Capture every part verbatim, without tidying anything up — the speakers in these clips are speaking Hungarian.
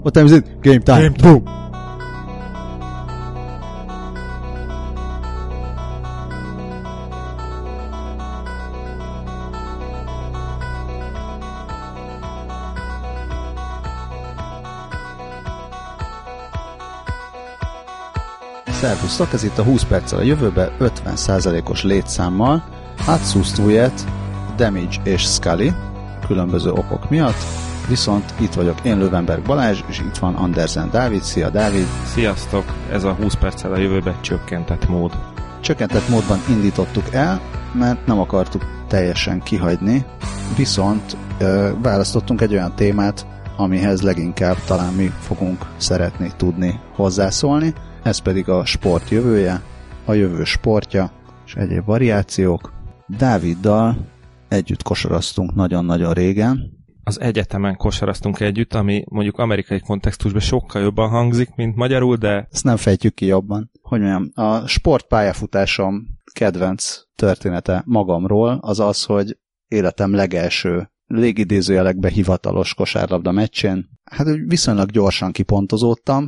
What time is it? Game time. Game time. Boom. Szervusztok, ez itt a húsz perccel a jövőbe ötven százalékos létszámmal, Hatsus Tujet, Damage és Scully különböző okok miatt, viszont itt vagyok én, Löwenberg Balázs, és itt van Andersen Dávid. Szia Dávid! Sziasztok! Ez a húsz perccel a jövőbe csökkentett mód. Csökkentett módban indítottuk el, mert nem akartuk teljesen kihagyni, viszont ö, választottunk egy olyan témát, amihez leginkább talán mi fogunk szeretni tudni hozzászólni. Ez pedig a sport jövője, a jövő sportja és egyéb variációk. Dáviddal együtt kosaraztunk nagyon-nagyon régen. Az egyetemen kosaraztunk együtt, ami mondjuk amerikai kontextusban sokkal jobban hangzik, mint magyarul, de... Ezt nem fejtjük ki jobban. Hogy mondjam, a sportpályafutásom kedvenc története magamról az az, hogy életem legelső légidézőjelekbe hivatalos kosárlabda meccsén, hát viszonylag gyorsan kipontozódtam,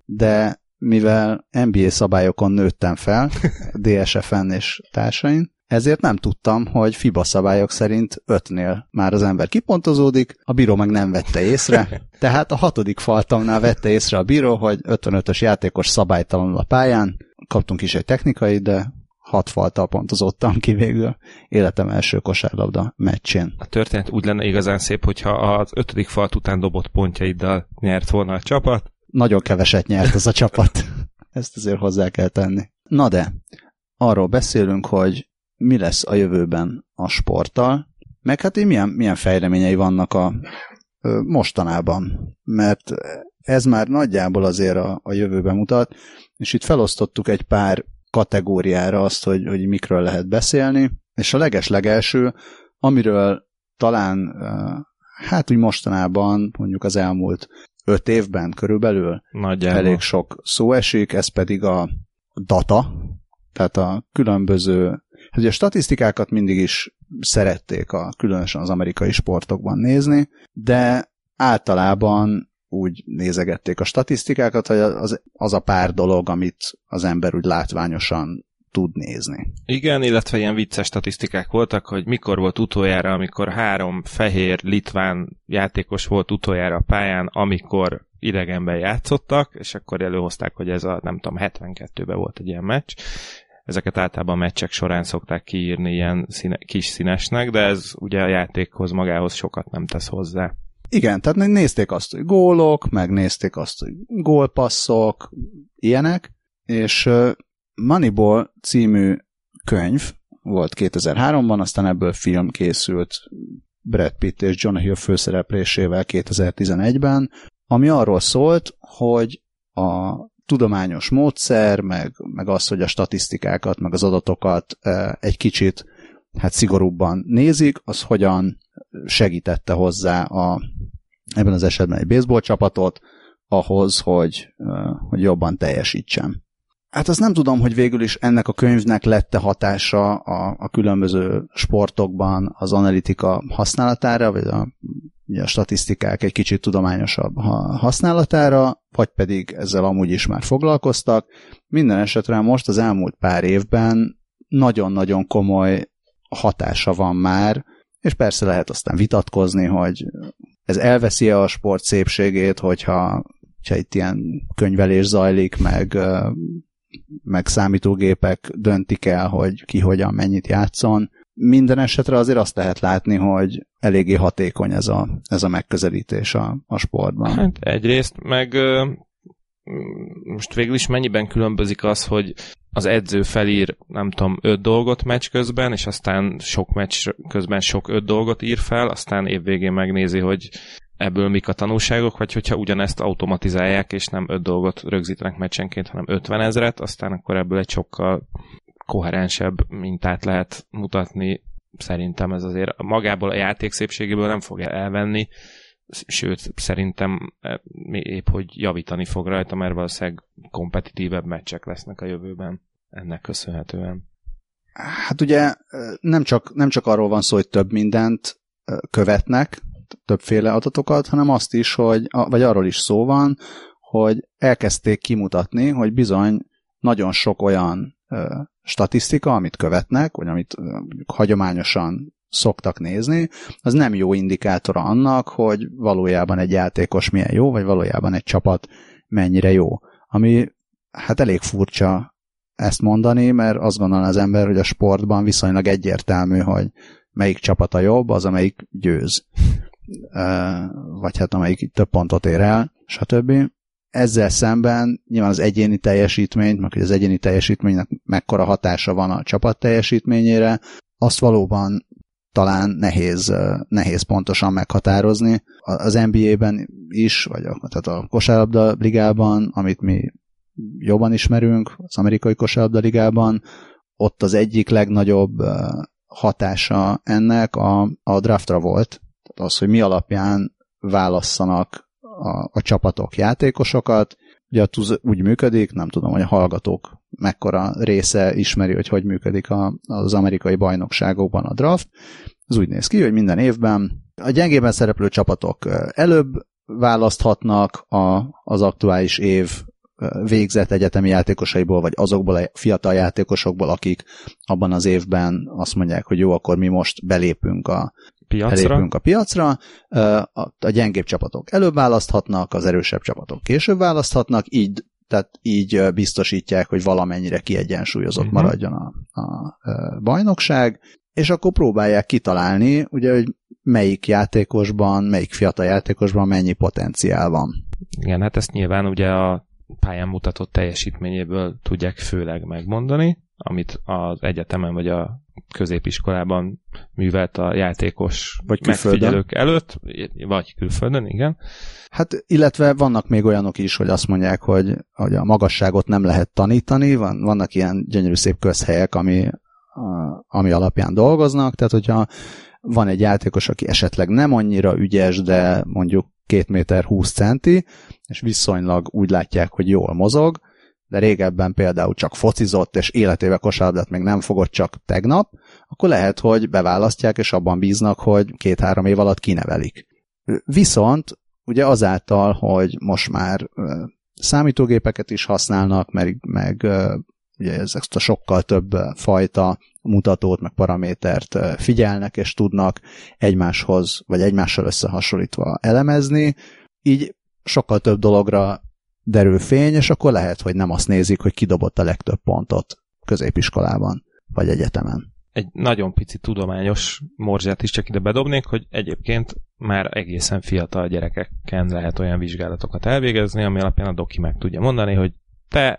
de mivel en bé á szabályokon nőttem fel, dé es ef en és társain, ezért nem tudtam, hogy FIBA szabályok szerint ötnél már az ember kipontozódik, a bíró meg nem vette észre, tehát a hatodik faltamnál vette észre a bíró, hogy ötvenötös játékos szabálytalanul a pályán, kaptunk is egy technikai, de hat faltal pontozottam ki végül életem első kosárlabda meccsén. A történet úgy lenne igazán szép, hogyha az ötödik falt után dobott pontjaiddal nyert volna a csapat. Nagyon keveset nyert az a csapat. Ezt azért hozzá kell tenni. Na de, arról beszélünk, hogy mi lesz a jövőben a sporttal, meg hát így milyen, milyen fejleményei vannak a ö, mostanában, mert ez már nagyjából azért a, a jövőben mutat, és itt felosztottuk egy pár kategóriára azt, hogy, hogy mikről lehet beszélni, és a leges-legelső, amiről talán ö, hát úgy mostanában, mondjuk az elmúlt öt évben körülbelül nagyjából elég sok szó esik, ez pedig a data, tehát a különböző, hát ugye a statisztikákat mindig is szerették a, különösen az amerikai sportokban nézni, de általában úgy nézegették a statisztikákat, hogy az, az a pár dolog, amit az ember úgy látványosan tud nézni. Igen, illetve ilyen vicces statisztikák voltak, hogy mikor volt utoljára, amikor három fehér litván játékos volt utoljára a pályán, amikor idegenben játszottak, és akkor előhozták, hogy ez a, nem tudom, hetvenkettőben volt egy ilyen meccs. Ezeket általában meccsek során szokták kiírni ilyen színe, kis színesnek, de ez ugye a játékhoz magához sokat nem tesz hozzá. Igen, tehát nézték azt, hogy gólok, megnézték azt, hogy gólpasszok, ilyenek, és Moneyball című könyv volt kétezer-háromban, aztán ebből film készült Brad Pitt és Jonah Hill főszereplésével kétezer-tizenegyben, ami arról szólt, hogy a tudományos módszer, meg, meg az, hogy a statisztikákat, meg az adatokat egy kicsit hát szigorúbban nézik, az hogyan segítette hozzá a, ebben az esetben egy baseball csapatot ahhoz, hogy, hogy jobban teljesítsen. Hát azt nem tudom, hogy végül is ennek a könyvnek lett-e hatása a, a különböző sportokban az analitika használatára, vagy a, a statisztikák egy kicsit tudományosabb használatára, vagy pedig ezzel amúgy is már foglalkoztak. Minden esetre most az elmúlt pár évben nagyon-nagyon komoly hatása van már, és persze lehet aztán vitatkozni, hogy ez elveszi-e a sport szépségét, hogyha, hogyha itt ilyen könyvelés zajlik, meg meg számítógépek döntik el, hogy ki hogyan mennyit játszon. Minden esetre azért azt lehet látni, hogy eléggé hatékony ez a, ez a megközelítés a, a sportban. Hát egyrészt, meg most végül is mennyiben különbözik az, hogy az edző felír, nem tudom, öt dolgot meccs közben, és aztán sok meccs közben sok öt dolgot ír fel, aztán évvégén megnézi, hogy ebből mik a tanulságok, vagy hogyha ugyanezt automatizálják, és nem öt dolgot rögzítenek meccsenként, hanem ötvenezret, aztán akkor ebből egy sokkal koherensebb mintát lehet mutatni. Szerintem ez azért magából a játék szépségéből nem fog elvenni, sőt, szerintem épp, hogy javítani fog rajta, mert valószínűleg kompetitívebb meccsek lesznek a jövőben ennek köszönhetően. Hát ugye nem csak, nem csak arról van szó, hogy több mindent követnek, többféle adatokat, hanem azt is, hogy, vagy arról is szó van, hogy elkezdték kimutatni, hogy bizony nagyon sok olyan ö, statisztika, amit követnek, vagy amit ö, hagyományosan szoktak nézni, az nem jó indikátora annak, hogy valójában egy játékos milyen jó, vagy valójában egy csapat mennyire jó. Ami hát elég furcsa ezt mondani, mert azt gondolná az ember, hogy a sportban viszonylag egyértelmű, hogy melyik csapata jobb, az, amelyik győz. Vagy hát amelyik több pontot ér el, stb. Ezzel szemben nyilván az egyéni teljesítményt, meg hogy az egyéni teljesítménynek mekkora hatása van a csapat teljesítményére, azt valóban talán nehéz, nehéz pontosan meghatározni. Az en bé á-ben is, vagy a, tehát a kosárlabda ligában, amit mi jobban ismerünk, az amerikai kosárlabda ligában, ott az egyik legnagyobb hatása ennek a, a draftra volt. Tehát az, hogy mi alapján válasszanak a, a csapatok játékosokat. Ugye a TUZ úgy működik, nem tudom, hogy a hallgatók mekkora része ismeri, hogy hogy működik a, az amerikai bajnokságokban a draft. Ez úgy néz ki, hogy minden évben a gyengében szereplő csapatok előbb választhatnak a, az aktuális év végzett egyetemi játékosaiból, vagy azokból a fiatal játékosokból, akik abban az évben azt mondják, hogy jó, akkor mi most belépünk a piacra. Belépünk a piacra. A gyengébb csapatok előbb választhatnak, az erősebb csapatok később választhatnak, így, tehát így biztosítják, hogy valamennyire kiegyensúlyozott uh-huh. maradjon a, a bajnokság, és akkor próbálják kitalálni, ugye, hogy melyik játékosban, melyik fiatal játékosban mennyi potenciál van. Igen, hát ezt nyilván ugye a pályán mutatott teljesítményéből tudják főleg megmondani, amit az egyetemen vagy a középiskolában művelt a játékos vagy megfigyelők előtt, vagy külföldön, igen. Hát, illetve vannak még olyanok is, hogy azt mondják, hogy, hogy a magasságot nem lehet tanítani, van, vannak ilyen gyönyörű szép közhelyek, ami, ami alapján dolgoznak, tehát hogyha van egy játékos, aki esetleg nem annyira ügyes, de mondjuk két méter húsz centi, és viszonylag úgy látják, hogy jól mozog, de régebben például csak focizott, és életébe kosárlabdát még nem fogott csak tegnap, akkor lehet, hogy beválasztják, és abban bíznak, hogy két-három év alatt kinevelik. Viszont ugye azáltal, hogy most már számítógépeket is használnak, meg, meg ugye ezt a sokkal több fajta mutatót, meg paramétert figyelnek, és tudnak egymáshoz, vagy egymással összehasonlítva elemezni, így sokkal több dologra derül fény, és akkor lehet, hogy nem azt nézik, hogy ki dobott a legtöbb pontot középiskolában, vagy egyetemen. Egy nagyon pici tudományos morzsát is csak ide bedobnék, hogy egyébként már egészen fiatal gyerekeken lehet olyan vizsgálatokat elvégezni, ami alapján a doki meg tudja mondani, hogy te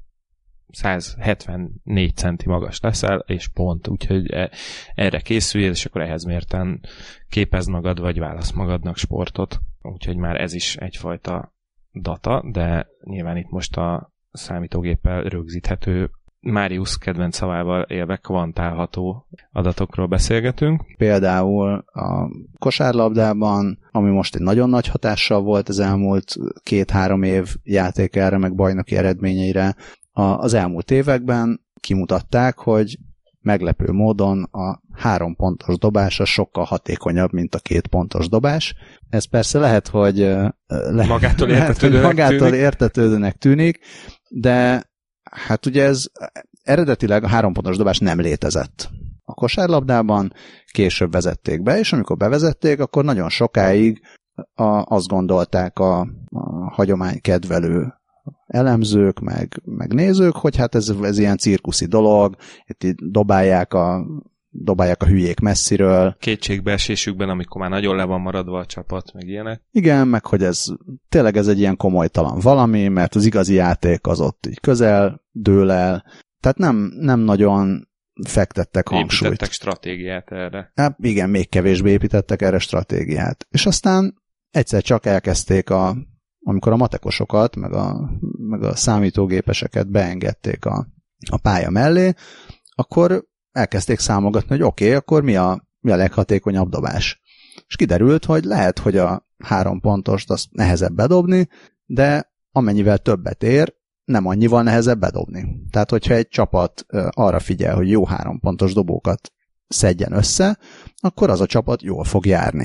száz hetvennégy centi magas leszel, és pont, úgyhogy erre készülj, és akkor ehhez mérten képezd magad, vagy válasz magadnak sportot. Úgyhogy már ez is egyfajta data, de nyilván itt most a számítógéppel rögzíthető, Máriusz kedvenc szavával élve kvantálható adatokról beszélgetünk. Például a kosárlabdában, ami most egy nagyon nagy hatással volt az elmúlt két-három év játékára, meg bajnoki eredményeire, az elmúlt években kimutatták, hogy meglepő módon a három pontos dobás az sokkal hatékonyabb, mint a két pontos dobás. Ez persze lehet, hogy le, magától, lehet, értetődőnek, hogy magától tűnik. értetődőnek tűnik, de hát ugye ez eredetileg a három pontos dobás nem létezett a kosárlabdában, később vezették be, és amikor bevezették, akkor nagyon sokáig a, azt gondolták a, a hagyománykedvelő elemzők, meg, meg nézők, hogy hát ez, ez ilyen cirkuszi dolog, itt, itt dobálják a dobálják a hülyék messziről. Kétségbeesésükben, amikor már nagyon le van maradva a csapat, meg ilyenek. Igen, meg hogy ez tényleg ez egy ilyen komolytalan valami, mert az igazi játék az ott így közel dől el. Tehát nem, nem nagyon fektettek hangsúlyt. Építettek stratégiát erre. Hát igen, még kevésbé építettek erre stratégiát. És aztán egyszer csak elkezdték a amikor a matekosokat, meg a, meg a számítógépeseket beengedték a, a pálya mellé, akkor elkezdték számogatni, hogy oké, okay, akkor mi a, mi a leghatékonyabb dobás. És kiderült, hogy lehet, hogy a három pontost azt nehezebb bedobni, de amennyivel többet ér, nem annyival nehezebb bedobni. Tehát, hogyha egy csapat arra figyel, hogy jó három pontos dobókat szedjen össze, akkor az a csapat jól fog járni.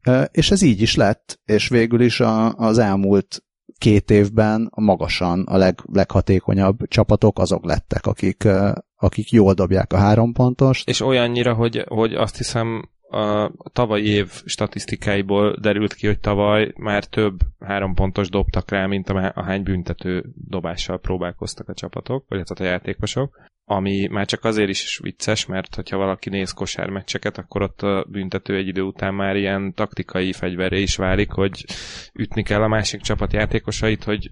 És ez így is lett, és végül is a, az elmúlt két évben magasan a leg, leghatékonyabb csapatok azok lettek, akik, akik jól dobják a három pontost. És olyannyira, hogy, hogy azt hiszem a tavalyi év statisztikáiból derült ki, hogy tavaly már több három pontos dobtak rá, mint ahány büntető dobással próbálkoztak a csapatok, vagy hát a játékosok, ami már csak azért is vicces, mert hogyha valaki néz kosármeccseket, akkor ott a büntető egy idő után már ilyen taktikai fegyverre is válik, hogy ütni kell a másik csapat játékosait, hogy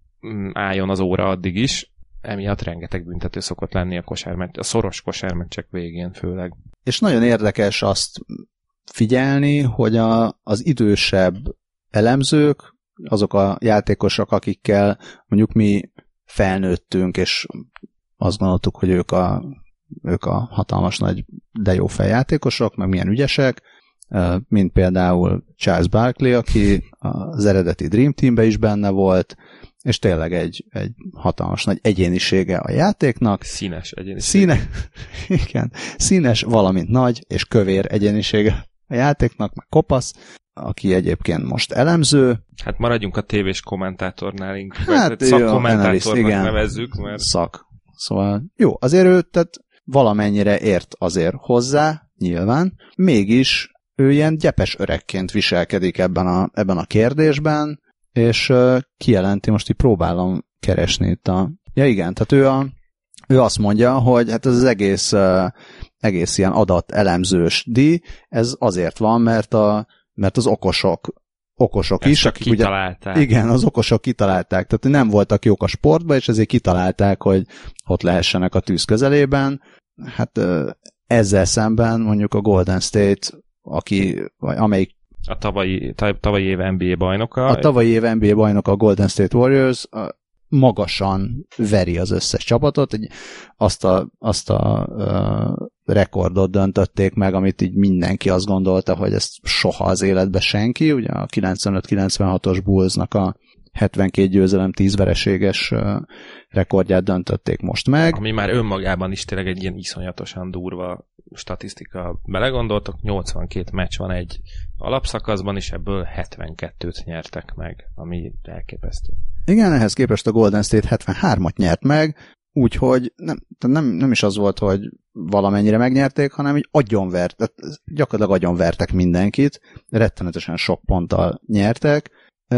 álljon az óra addig is. Emiatt rengeteg büntető szokott lenni a kosármeccs, a szoros kosármeccsek végén főleg. És nagyon érdekes azt figyelni, hogy a, az idősebb elemzők, azok a játékosok, akikkel mondjuk mi felnőttünk, és azt gondoltuk, hogy ők a, ők a hatalmas nagy, de jó feljátékosok, meg milyen ügyesek, mint például Charles Barkley, aki az eredeti Dream Teamben is benne volt, és tényleg egy, egy hatalmas nagy egyénisége a játéknak. Színes egyénisége. Színe, igen, színes, valamint nagy és kövér egyénisége a játéknak, meg kopasz, aki egyébként most elemző. Hát maradjunk a tévés kommentátornál, inkább hát szakkommentátornak nevezzük. Mert... Szak. Szóval jó, azért ő tehát valamennyire ért azért hozzá, nyilván, mégis ő ilyen gyepes öregként viselkedik ebben a, ebben a kérdésben, és uh, kijelenti, most így próbálom keresni itt a... Ja igen, tehát ő, a, ő azt mondja, hogy hát ez az egész, uh, egész ilyen adatelemzős díj, ez azért van, mert, a, mert az okosok okosok ezt is, akik kitalálták. Ugye, igen, az okosok kitalálták, tehát nem voltak jók a sportban, és ezért kitalálták, hogy ott lehessenek a tűz közelében. Hát uh, ezzel szemben mondjuk a Golden State, aki, vagy amelyik A tavalyi, tavalyi év en bé á bajnoka. A tavalyi év en bé á bajnoka a Golden State Warriors a, magasan veri az összes csapatot. Egy, azt a, azt a uh, rekordot döntötték meg, amit így mindenki azt gondolta, hogy ezt soha az életben senki. Ugye a kilencvenöt kilencvenhatos Bullsnak a hetvenkét győzelem, tíz vereséges uh, rekordját döntötték most meg. Ami már önmagában is tényleg egy ilyen iszonyatosan durva statisztika. Belegondoltok, nyolcvankét meccs van egy alapszakaszban, és ebből hetvenkettőt nyertek meg, ami elképesztő. Igen, ehhez képest a Golden State hetvenhármat nyert meg, úgyhogy nem, nem, nem is az volt, hogy valamennyire megnyerték, hanem így agyonvert, gyakorlatilag agyonvertek mindenkit, rettenetesen sok ponttal nyertek,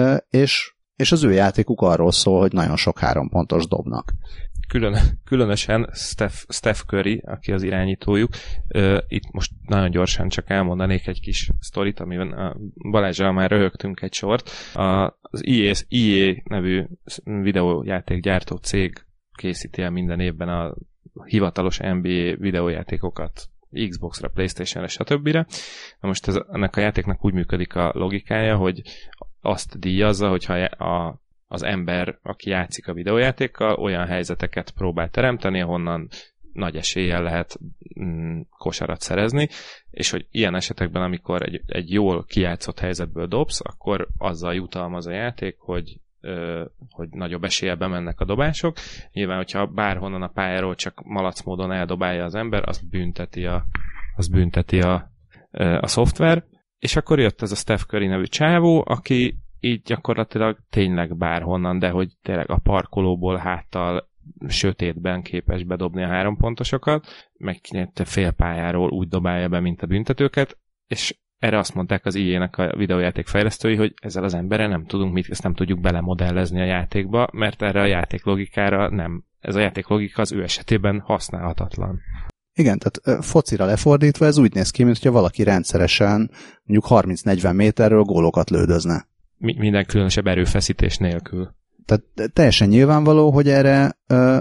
és, és az ő játékuk arról szól, hogy nagyon sok három pontos dobnak. Külön, különösen Steph, Steph Curry, aki az irányítójuk. Uh, itt most nagyon gyorsan csak elmondanék egy kis sztorit, amiben a Balázsral már röhögtünk egy sort. A, az i á, i á nevű videójátékgyártó cég készíti el minden évben a hivatalos en bé á videójátékokat Xboxra, PlayStationre, stb. Na most ez, ennek a játéknak úgy működik a logikája, hogy azt díjazza, hogyha a az ember, aki játszik a videójátékkal, olyan helyzeteket próbál teremteni, ahonnan nagy eséllyel lehet mm, kosarat szerezni, és hogy ilyen esetekben, amikor egy, egy jól kijátszott helyzetből dobsz, akkor azzal jutalmaz a játék, hogy, ö, hogy nagyobb eséllyel bemennek a dobások. Nyilván, hogyha bárhonnan a pályáról csak malac módon eldobálja az ember, azt bünteti a, azt bünteti a, a szoftver. És akkor jött ez a Steph Curry nevű csávó, aki így gyakorlatilag tényleg bárhonnan, de hogy tényleg a parkolóból háttal sötétben képes bedobni a három pontosokat, meg félpályáról úgy dobálja be, mint a büntetőket, és erre azt mondták az i á-nek a videójáték fejlesztői, hogy ezzel az emberrel nem tudunk mit, ezt nem tudjuk belemodellezni a játékba, mert erre a játék logikára nem. Ez a játék logika az ő esetében használhatatlan. Igen, tehát focira lefordítva ez úgy néz ki, mintha valaki rendszeresen mondjuk harminc-negyven méterről gólokat lődözne. Minden különösebb erőfeszítés nélkül. Tehát teljesen nyilvánvaló, hogy erre ö,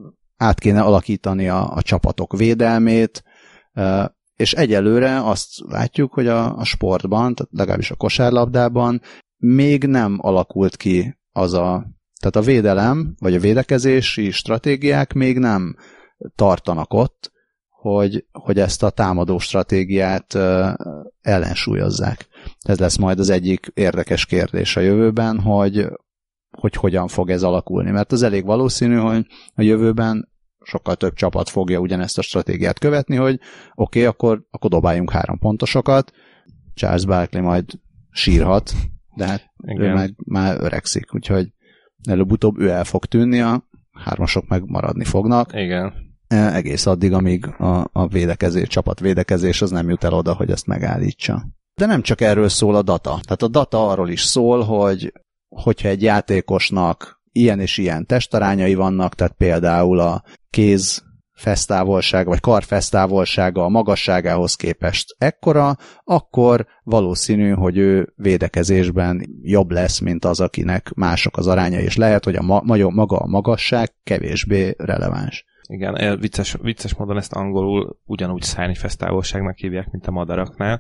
át kéne alakítani a, a csapatok védelmét, ö, és egyelőre azt látjuk, hogy a, a sportban, tehát legalábbis a kosárlabdában még nem alakult ki az a, tehát a védelem, vagy a védekezési stratégiák még nem tartanak ott, hogy, hogy ezt a támadó stratégiát ö, ellensúlyozzák. Ez lesz majd az egyik érdekes kérdés a jövőben, hogy, hogy hogyan fog ez alakulni. Mert az elég valószínű, hogy a jövőben sokkal több csapat fogja ugyanezt a stratégiát követni, hogy oké, okay, akkor, akkor dobáljunk három pontosokat, Charles Barkley majd sírhat, de hát igen. Ő meg már öregszik, úgyhogy előbb-utóbb ő el fog tűnni, a hármasok meg maradni fognak. Igen. Egész addig, amíg a, a védekezés, csapat védekezés az nem jut el oda, hogy ezt megállítsa. De nem csak erről szól a data. Tehát a data arról is szól, hogy hogyha egy játékosnak ilyen és ilyen testarányai vannak, tehát például a kéz fesztávolsága, vagy kar fesztávolsága a magasságához képest ekkora, akkor valószínű, hogy ő védekezésben jobb lesz, mint az, akinek mások az aránya, és lehet, hogy a ma- maga a magasság kevésbé releváns. Igen, vicces, vicces módon ezt angolul ugyanúgy szárnyfesztávolságnak hívják, mint a madaraknál.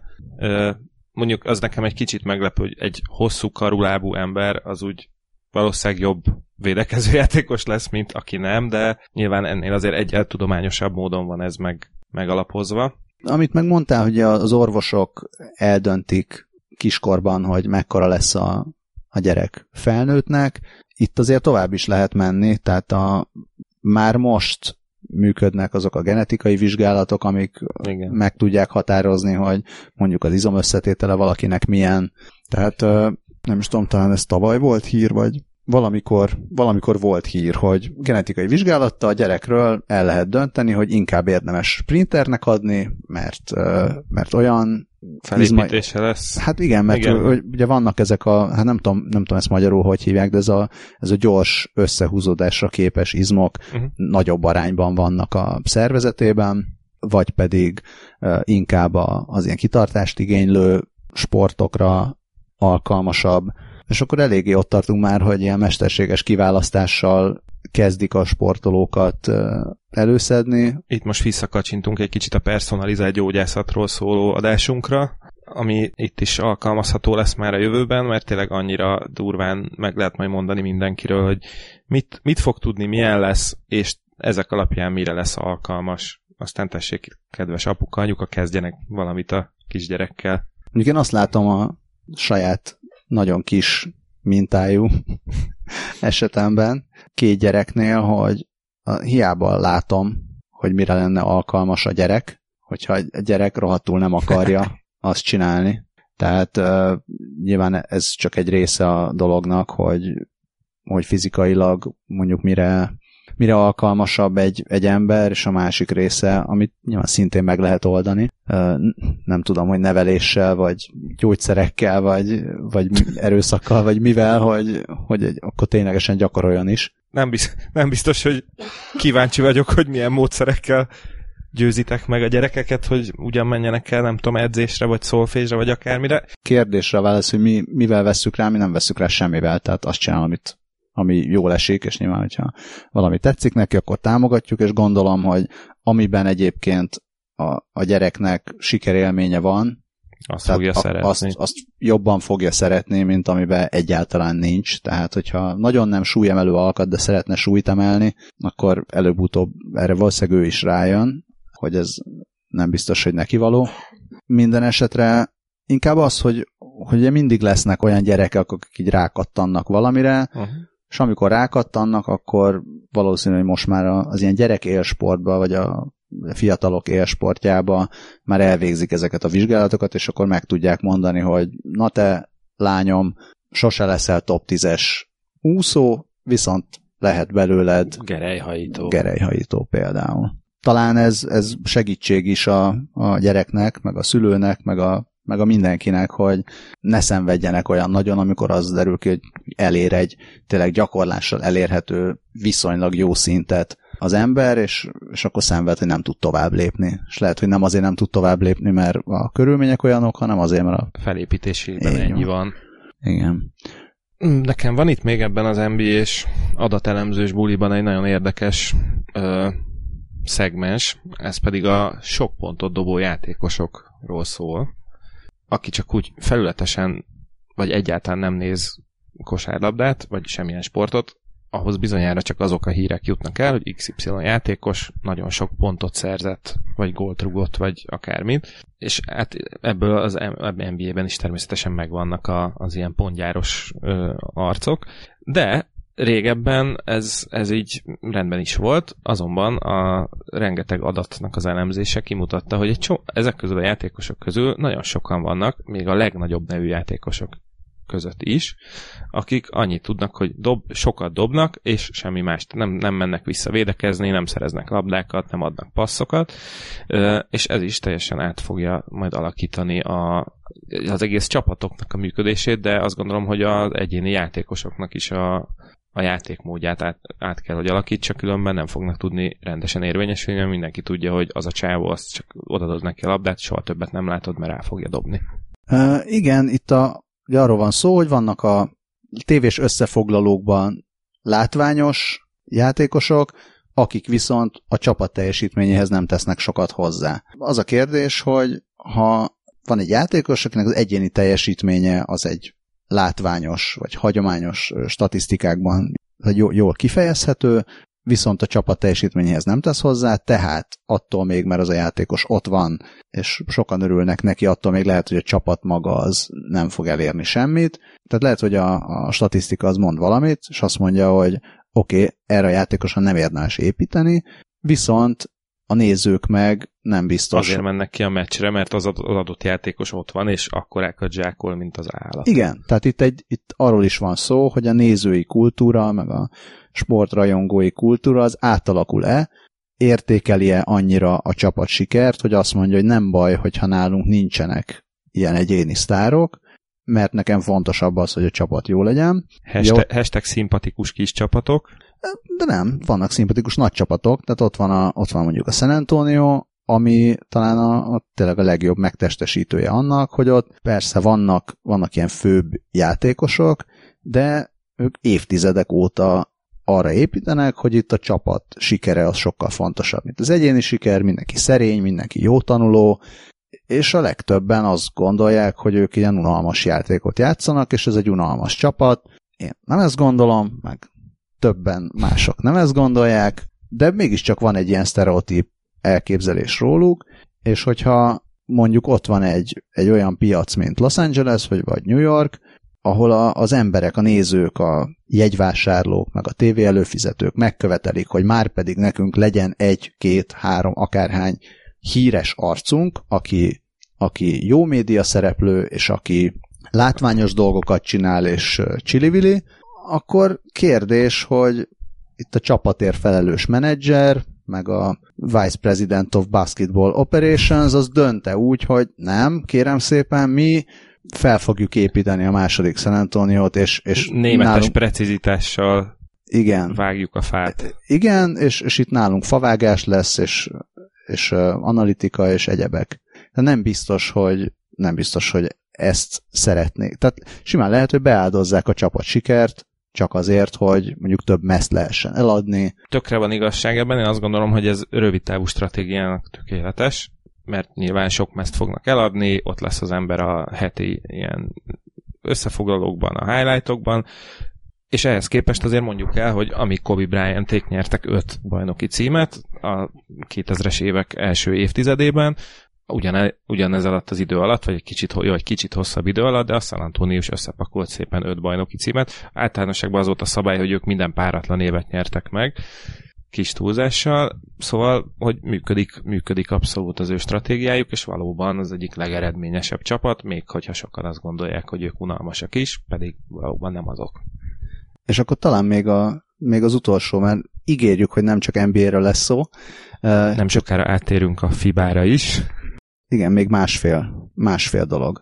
Mondjuk az nekem egy kicsit meglepő, hogy egy hosszú karulábú ember az úgy valószínűleg jobb védekezőjátékos lesz, mint aki nem, de nyilván ennél azért egyel tudományosabb módon van ez meg, megalapozva. Amit megmondtál, hogy az orvosok eldöntik kiskorban, hogy mekkora lesz a, a gyerek felnőttnek, itt azért tovább is lehet menni, tehát a, már most működnek azok a genetikai vizsgálatok, amik igen. meg tudják határozni, hogy mondjuk az izomösszetétele valakinek milyen. Tehát nem is tudom, talán ez tavaly volt hír, vagy valamikor, valamikor volt hír, hogy genetikai vizsgálattal a gyerekről el lehet dönteni, hogy inkább érdemes sprinternek adni, mert, mert olyan felépítése izma... lesz. Hát igen, mert igen. Hogy, ugye vannak ezek a, hát nem tudom, nem tudom ezt magyarul hogy hívják, de ez a, ez a gyors összehúzódásra képes izmok uh-huh. nagyobb arányban vannak a szervezetében, vagy pedig uh, inkább a, az ilyen kitartást igénylő sportokra alkalmasabb. És akkor eléggé ott tartunk már, hogy ilyen mesterséges kiválasztással kezdik a sportolókat előszedni. Itt most visszakacsintunk egy kicsit a personalizált gyógyászatról szóló adásunkra, ami itt is alkalmazható lesz már a jövőben, mert tényleg annyira durván meg lehet majd mondani mindenkiről, hogy mit, mit fog tudni, milyen lesz, és ezek alapján mire lesz alkalmas. Aztán tessék, kedves apuka, anyuka, kezdjenek valamit a kisgyerekkel. Mondjuk én azt látom a saját nagyon kis mintájú esetemben két gyereknél, hogy a, hiába látom, hogy mire lenne alkalmas a gyerek, hogyha a gyerek rohadtul nem akarja azt csinálni. Tehát uh, nyilván ez csak egy része a dolognak, hogy, hogy fizikailag mondjuk mire, mire alkalmasabb egy, egy ember, és a másik része, amit nyilván szintén meg lehet oldani. Uh, nem tudom, hogy neveléssel, vagy gyógyszerekkel, vagy, vagy erőszakkal, vagy mivel, hogy, hogy egy, akkor ténylegesen gyakoroljon is. Nem biztos, nem biztos, hogy kíváncsi vagyok, hogy milyen módszerekkel győzitek meg a gyerekeket, hogy ugyan menjenek el, nem tudom, edzésre, vagy szolfésre, vagy akármire. Kérdésre válasz, hogy mi, mivel vesszük rá, mi nem vesszük rá semmivel, tehát azt csinál, amit, ami jól esik, és nyilván, hogyha valami tetszik neki, akkor támogatjuk, és gondolom, hogy amiben egyébként a, a gyereknek sikerélménye van, azt fogja a, szeretni. Azt, azt jobban fogja szeretni, mint amiben egyáltalán nincs. Tehát, hogyha nagyon nem súlyemelő alkat, de szeretne súlyt emelni, akkor előbb-utóbb erre valószínűleg ő is rájön, hogy ez nem biztos, hogy neki való. Minden esetre inkább az, hogy, hogy mindig lesznek olyan gyerekek, akik így rákattannak valamire, uh-huh. és amikor rákattannak, akkor valószínű, hogy most már az ilyen gyerek élsportba, vagy a fiatalok élsportjába már elvégzik ezeket a vizsgálatokat, és akkor meg tudják mondani, hogy na te, lányom, sose leszel top tízes úszó, viszont lehet belőled gerelyhajító. Gerelyhajító például. Talán ez, ez segítség is a, a gyereknek, meg a szülőnek, meg a, meg a mindenkinek, hogy ne szenvedjenek olyan nagyon, amikor az derül ki, hogy elér egy tényleg gyakorlással elérhető viszonylag jó szintet az ember, és, és akkor szenved, hogy nem tud tovább lépni. És lehet, hogy nem azért nem tud tovább lépni, mert a körülmények olyanok, hanem azért, mert a felépítésében ennyi van. Igen. Nekem van itt még ebben az en bé á-s adatelemzős buliban egy nagyon érdekes ö, szegmens, ez pedig a sok pontot dobó játékosokról szól, aki csak úgy felületesen, vagy egyáltalán nem néz kosárlabdát, vagy semmilyen sportot, ahhoz bizonyára csak azok a hírek jutnak el, hogy iksz ipszilon játékos nagyon sok pontot szerzett, vagy gólt rugott, vagy akármit, és hát ebből az en bé á-ben is természetesen megvannak a, az ilyen pontgyáros ö, arcok, de régebben ez, ez így rendben is volt, azonban a rengeteg adatnak az elemzése kimutatta, hogy egy csomó, ezek közül a játékosok közül nagyon sokan vannak, még a legnagyobb nevű játékosok között is, akik annyit tudnak, hogy dob, sokat dobnak, és semmi más. Nem, nem mennek vissza védekezni, nem szereznek labdákat, nem adnak passzokat, és ez is teljesen át fogja majd alakítani a, az egész csapatoknak a működését, de azt gondolom, hogy az egyéni játékosoknak is a, a játékmódját át, át kell, hogy alakítsa, különben nem fognak tudni rendesen érvényesülni, mert mindenki tudja, hogy az a csávó, azt csak odadoz neki a labdát, soha többet nem látod, mert rá fogja dobni. Uh, igen, itt a ugye arról van szó, hogy vannak a tévés összefoglalókban látványos játékosok, akik viszont a csapat teljesítményéhez nem tesznek sokat hozzá. Az a kérdés, hogy ha van egy játékos, akinek az egyéni teljesítménye az egy látványos, vagy hagyományos statisztikákban jól kifejezhető, viszont a csapat teljesítményéhez nem tesz hozzá, tehát attól még, mert az a játékos ott van, és sokan örülnek neki, attól még lehet, hogy a csapat maga az nem fog elérni semmit. Tehát lehet, hogy a, a statisztika az mond valamit, és azt mondja, hogy oké, okay, erre a játékosan nem érdemes építeni, viszont a nézők meg nem biztos. Azért mennek ki a meccsre, mert az adott játékos ott van, és akkorákat zsákol, mint az állat. Igen, tehát itt, egy, itt arról is van szó, hogy a nézői kultúra, meg a sportrajongói kultúra az átalakul-e, értékeli-e annyira a csapat sikert, hogy azt mondja, hogy nem baj, hogyha nálunk nincsenek ilyen egyéni sztárok, mert nekem fontosabb az, hogy a csapat jó legyen. Hashtag, jó. hashtag szimpatikus kis csapatok. De nem, vannak szimpatikus nagy csapatok, tehát ott van, a, ott van mondjuk a San Antonio, ami talán a, a, tényleg a legjobb megtestesítője annak, hogy ott persze vannak, vannak ilyen főbb játékosok, de ők évtizedek óta arra építenek, hogy itt a csapat sikere az sokkal fontosabb, mint az egyéni siker, mindenki szerény, mindenki jó tanuló, és a legtöbben azt gondolják, hogy ők ilyen unalmas játékot játszanak, és ez egy unalmas csapat. Én nem ezt gondolom, meg többen mások nem ezt gondolják, de mégiscsak van egy ilyen sztereotíp elképzelés róluk, és hogyha mondjuk ott van egy, egy olyan piac, mint Los Angeles, vagy, vagy New York, ahol a, az emberek, a nézők, a jegyvásárlók, meg a tévé előfizetők megkövetelik, hogy már pedig nekünk legyen egy, két, három, akárhány híres arcunk, aki, aki jó média szereplő, és aki látványos dolgokat csinál, és csili-vili, akkor kérdés, hogy itt a csapatért felelős menedzser, meg a Vice President of Basketball Operations, az dönte úgy, hogy nem, kérem szépen, mi fel fogjuk építeni a második San Antoniót, és, és németes nálunk... precizitással igen. vágjuk a fát. Igen, és, és itt nálunk favágás lesz, és, és uh, analitika, és egyebek. De nem biztos, hogy nem biztos, hogy ezt szeretnék. Tehát simán lehet, hogy beáldozzák a csapat sikert, csak azért, hogy mondjuk több meszt lehessen eladni. Tökre van igazság ebben, én azt gondolom, hogy ez rövidtávú stratégiának tökéletes, mert nyilván sok meszt fognak eladni, ott lesz az ember a heti ilyen összefoglalókban, a highlightokban, és ehhez képest azért mondjuk el, hogy amíg Kobe Bryanték nyertek öt bajnoki címet a kétezres évek első évtizedében, Ugyan, ugyanez alatt az idő alatt, vagy egy kicsit, jó, egy kicsit hosszabb idő alatt, de a San Antonio is összepakolt szépen öt bajnoki címet. Általánosságban az volt a szabály, hogy ők minden páratlan évet nyertek meg, kis túlzással, szóval, hogy működik, működik abszolút az ő stratégiájuk, és valóban az egyik legeredményesebb csapat, még hogyha sokan azt gondolják, hogy ők unalmasak is, pedig valóban nem azok. És akkor talán még, a, még az utolsó, mert ígérjük, hogy nem csak en bé á-ről lesz szó. Nem sokára áttérünk a fibára is. Igen, még másfél, másfél dolog.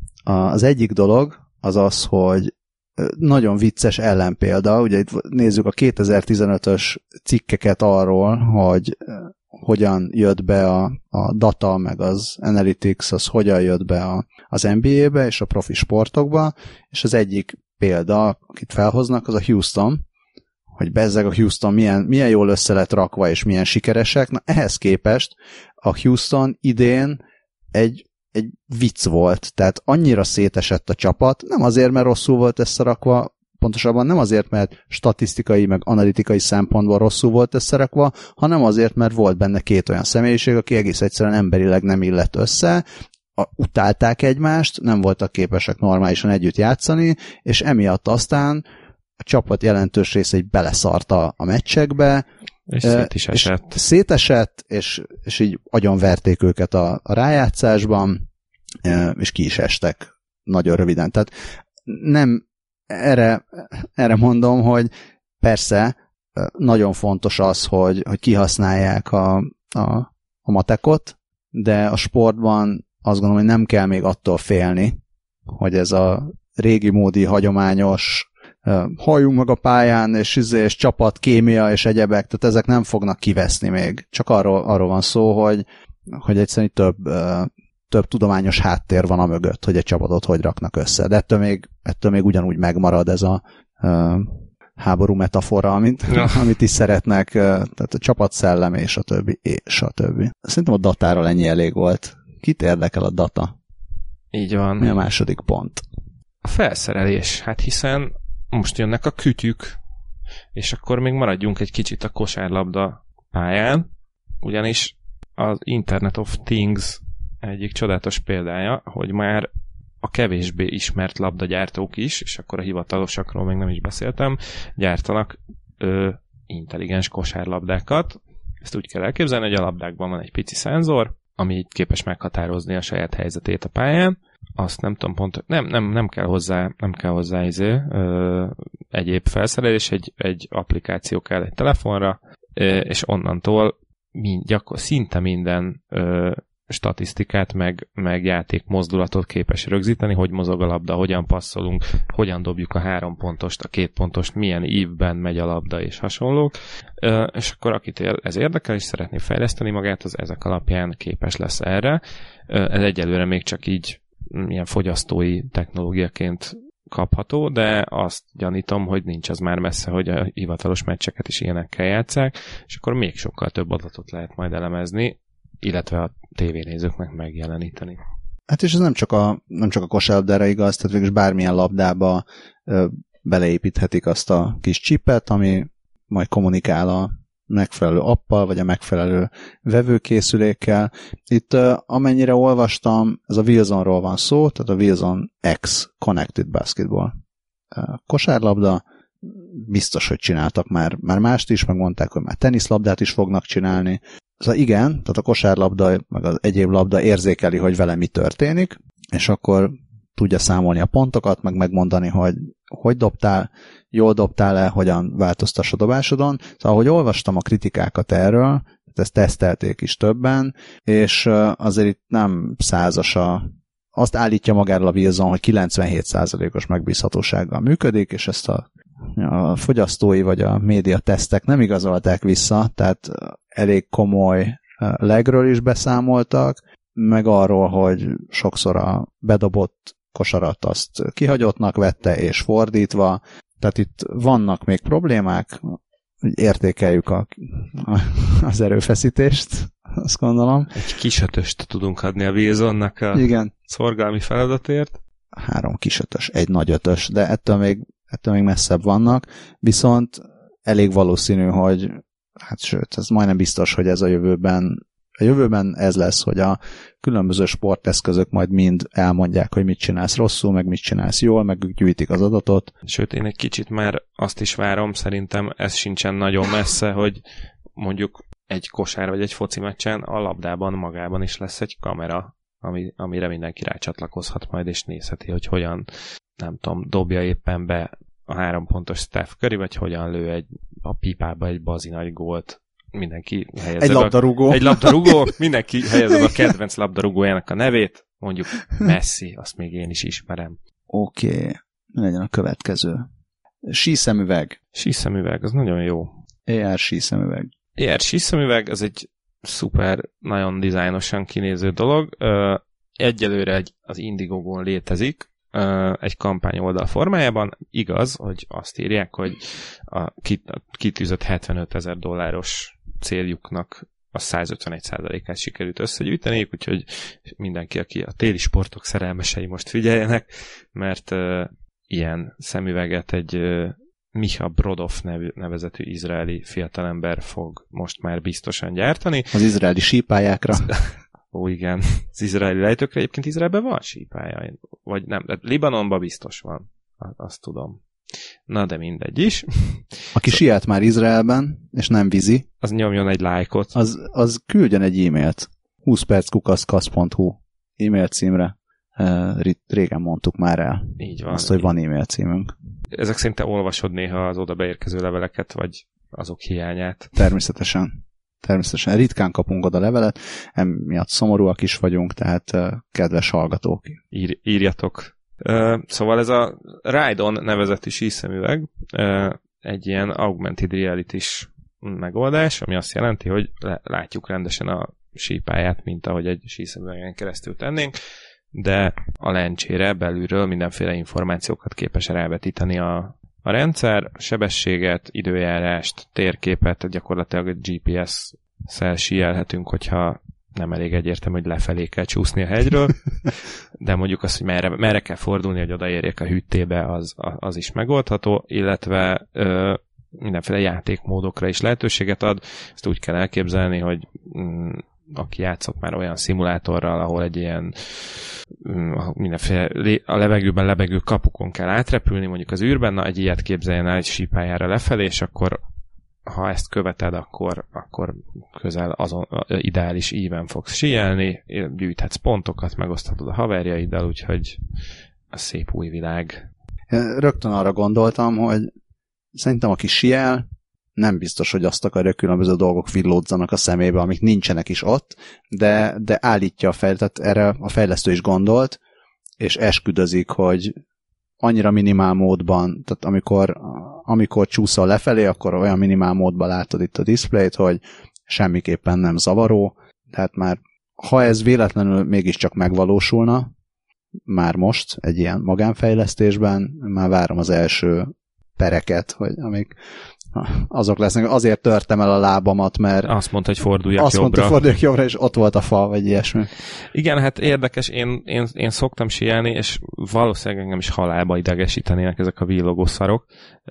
Az egyik dolog az az, hogy nagyon vicces ellenpélda, ugye itt nézzük a kétezer-tizenötös cikkeket arról, hogy hogyan jött be a, a data, meg az analytics, az hogyan jött be a, az en bé á-be és a profi sportokba, és az egyik példa, akit felhoznak, az a Houston, hogy bezzeg a Houston milyen, milyen jól össze lett rakva, és milyen sikeresek. Na ehhez képest a Houston idén egy, egy vicc volt, tehát annyira szétesett a csapat, nem azért, mert rosszul volt összerakva, pontosabban nem azért, mert statisztikai, meg analitikai szempontból rosszul volt összerakva, hanem azért, mert volt benne két olyan személyiség, aki egész egyszerűen emberileg nem illett össze, a, utálták egymást, nem voltak képesek normálisan együtt játszani, és emiatt aztán a csapat jelentős része így beleszart a, a meccsekbe, és szét is esett. És szétesett, és, és így agyonverték őket a, a rájátszásban, és ki is estek nagyon röviden. Tehát nem erre, erre mondom, hogy persze nagyon fontos az, hogy, hogy kihasználják a, a, a matekot, de a sportban azt gondolom, hogy nem kell még attól félni, hogy ez a régi módi, hagyományos halljunk meg a pályán, és, és csapat, kémia, és egyebek, tehát ezek nem fognak kiveszni még. Csak arról, arról van szó, hogy, hogy egyszerűen több, több tudományos háttér van a mögött, hogy egy csapatot hogy raknak össze. De ettől még, ettől még ugyanúgy megmarad ez a uh, háború metafora, amit, ja. amit is szeretnek, tehát a csapat szellem, és a többi, és a többi. Szerintem a datáról ennyi elég volt. Kit érdekel a data? Így van. Mi a második pont? A felszerelés. Hát hiszen most jönnek a kütyük, és akkor még maradjunk egy kicsit a kosárlabda pályán, ugyanis az Internet of Things egyik csodálatos példája, hogy már a kevésbé ismert labdagyártók is, és akkor a hivatalosakról még nem is beszéltem, gyártanak ö, intelligens kosárlabdákat. Ezt úgy kell elképzelni, hogy a labdákban van egy pici szenzor, ami képes meghatározni a saját helyzetét a pályán. Azt nem tudom pont, nem, nem, nem kell hozzá, nem kell hozzá izé, ö, egyéb felszerelés, egy, egy applikáció kell egy telefonra, ö, és onnantól mind, gyakor, szinte minden ö, statisztikát, meg, meg játék mozdulatot képes rögzíteni, hogy mozog a labda, hogyan passzolunk, hogyan dobjuk a három pontost, a két pontost, milyen ívben megy a labda, és hasonlók. Ö, és akkor akit ez érdekel, és szeretné fejleszteni magát, az ezek alapján képes lesz erre. Ö, ez egyelőre még csak így ilyen fogyasztói technológiaként kapható, de azt gyanítom, hogy nincs az már messze, hogy a hivatalos meccseket is ilyenekkel játsszák, és akkor még sokkal több adatot lehet majd elemezni, illetve a tévénézőknek megjeleníteni. Hát és ez nem csak a, nem csak a kosárlabdára igaz, tehát végülis bármilyen labdába ö, beleépíthetik azt a kis csipet, ami majd kommunikál a megfelelő appal, vagy a megfelelő vevőkészülékkel. Itt uh, amennyire olvastam, ez a Wilsonról van szó, tehát a Wilson X Connected Basketball uh, kosárlabda, biztos, hogy csináltak már, már mást is, meg mondták, hogy már teniszlabdát is fognak csinálni. Szóval igen, tehát a kosárlabda, meg az egyéb labda érzékeli, hogy vele mi történik, és akkor tudja számolni a pontokat, meg megmondani, hogy hogy dobtál, jól dobtál-e, hogyan változtass a dobásodon. Szóval, ahogy olvastam a kritikákat erről, ezt tesztelték is többen, és azért itt nem százas a... Azt állítja magáról a Wilson, hogy kilencvenhét százalékos megbízhatósággal működik, és ezt a, a fogyasztói vagy a média tesztek nem igazolták vissza, tehát elég komoly legről is beszámoltak, meg arról, hogy sokszor a bedobott kosarat azt kihagyottnak vette, és fordítva. Tehát itt vannak még problémák, értékeljük a, a, az erőfeszítést, azt gondolom. Egy kisötöst tudunk adni a Wilsonnak a Igen. szorgalmi feladatért. Három kisötös, egy nagy ötös, de ettől még, ettől még messzebb vannak, viszont elég valószínű, hogy hát sőt, ez majdnem biztos, hogy ez a jövőben A jövőben ez lesz, hogy a különböző sporteszközök majd mind elmondják, hogy mit csinálsz rosszul, meg mit csinálsz jól, meg gyűjtik az adatot. Sőt, én egy kicsit már azt is várom, szerintem ez sincsen nagyon messze, hogy mondjuk egy kosár vagy egy foci meccsen a labdában magában is lesz egy kamera, ami, amire mindenki rácsatlakozhat majd, és nézheti, hogy hogyan, nem tudom, dobja éppen be a három pontos Steph Curry, vagy hogyan lő egy, a pipába egy bazi nagy gólt. Mindenki helyezze egy labdarúgó. A, egy labdarúgó, mindenki helyezze a kedvenc labdarúgójának a nevét, mondjuk Messi, azt még én is ismerem. Oké, okay. Mi legyen a következő? Síszemüveg. Síszemüveg, az nagyon jó. á er síszemüveg. á er síszemüveg, az egy szuper, nagyon dizájnosan kinéző dolog. Egyelőre egy, az Indiegogon létezik, egy kampányoldal formájában. Igaz, hogy azt írják, hogy a kitűzött hetvenöt ezer dolláros céljuknak a száz ötvenegy százalékát sikerült összegyűjteniük, úgyhogy mindenki, aki a téli sportok szerelmesei, most figyeljenek, mert uh, ilyen szemüveget egy uh, Miha Brodov nevű, nevezetű izraeli fiatalember fog most már biztosan gyártani. Az izraeli sípályákra. Ó, igen. Az izraeli lejtőkre egyébként Izraelben van sípálya, vagy nem, de Libanonban biztos van, azt tudom. Na, de mindegy is. Aki szóval siet már Izraelben, és nem vízi, az nyomjon egy lájkot. Az, az küldjön egy e-mailt. húsz perc kukac kasz pont hu e-mail címre. Régen mondtuk már el. Így van. Azt, hogy van e-mail címünk. Ezek szerint te olvasod néha az oda beérkező leveleket, vagy azok hiányát? Természetesen. Természetesen. Ritkán kapunk oda levelet, emiatt szomorúak is vagyunk, tehát kedves hallgatók. Ír, írjatok. Uh, szóval ez a Ride-On nevezetű síszemüveg uh, egy ilyen augmented reality-s megoldás, ami azt jelenti, hogy látjuk rendesen a sípályát, mint ahogy egy síszemüvegen keresztül tennénk, de a lencsére belülről mindenféle információkat képes rávetíteni a, a rendszer, sebességet, időjárást, térképet, gyakorlatilag a gé pé es-szel síelhetünk, hogyha nem elég egyértelmű, hogy lefelé kell csúszni a hegyről, de mondjuk azt, hogy merre, merre kell fordulni, hogy odaérjék a hűtébe, az, az is megoldható, illetve ö, mindenféle játékmódokra is lehetőséget ad. Ezt úgy kell elképzelni, hogy mm, aki játszott már olyan szimulátorral, ahol egy ilyen mm, mindenféle a levegőben lebegő kapukon kell átrepülni, mondjuk az űrben, na egy ilyet képzeljen el egy sípályára lefelé, és akkor ha ezt követed, akkor, akkor közel azon ideális íven fogsz síelni, gyűjthetsz pontokat, megoszthatod a haverjaiddal, úgyhogy a szép új világ. Rögtön arra gondoltam, hogy szerintem aki síel, nem biztos, hogy azt akarja, különböző dolgok villódzanak a szemébe, amik nincsenek is ott, de, de állítja a fejlesztőt, erre a fejlesztő is gondolt, és esküdözik, hogy annyira minimál módban, tehát amikor, amikor csúszol lefelé, akkor olyan minimál módban látod itt a diszpléjt, hogy semmiképpen nem zavaró, tehát már ha ez véletlenül mégiscsak megvalósulna, már most egy ilyen magánfejlesztésben, már várom az első pereket, hogy amik azok lesznek. Azért törtem el a lábamat, mert azt mondta, hogy forduljak azt jobbra. Azt mondta, hogy forduljak jobbra, és ott volt a fal, vagy ilyesmi. Igen, hát érdekes, én, én, én szoktam síelni, és valószínűleg engem is halálba idegesítenének ezek a villogó szarok.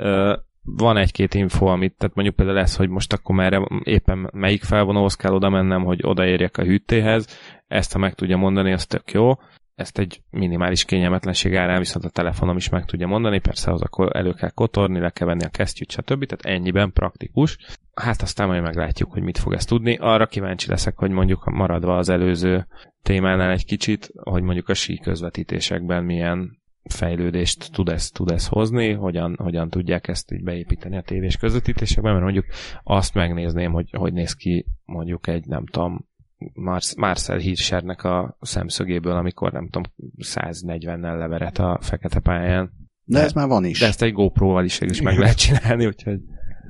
Van egy-két info, amit, tehát mondjuk például lesz, hogy most akkor merre éppen melyik felvonóhoz kell oda mennem, hogy odaérjek a hűtéhez. Ezt, ha meg tudja mondani, az tök jó. Ezt egy minimális kényelmetlenség árán viszont a telefonom is meg tudja mondani, persze az akkor elő kell kotorni, le kell venni a kesztyűt, stb. Tehát ennyiben praktikus. Hát aztán majd meglátjuk, hogy mit fog ezt tudni. Arra kíváncsi leszek, hogy mondjuk maradva az előző témánál egy kicsit, hogy mondjuk a sí közvetítésekben milyen fejlődést tud ez, tud ez hozni, hogyan, hogyan tudják ezt így beépíteni a tévés közvetítésekben, mert mondjuk azt megnézném, hogy hogy néz ki mondjuk egy, nem tudom, Mar- Marcel Hirschernek a szemszögéből, amikor nem tudom, száznegyvennel leveret a fekete pályán. De, de ez már van is. De ezt egy GoPro-val is, is meg lehet csinálni, úgyhogy...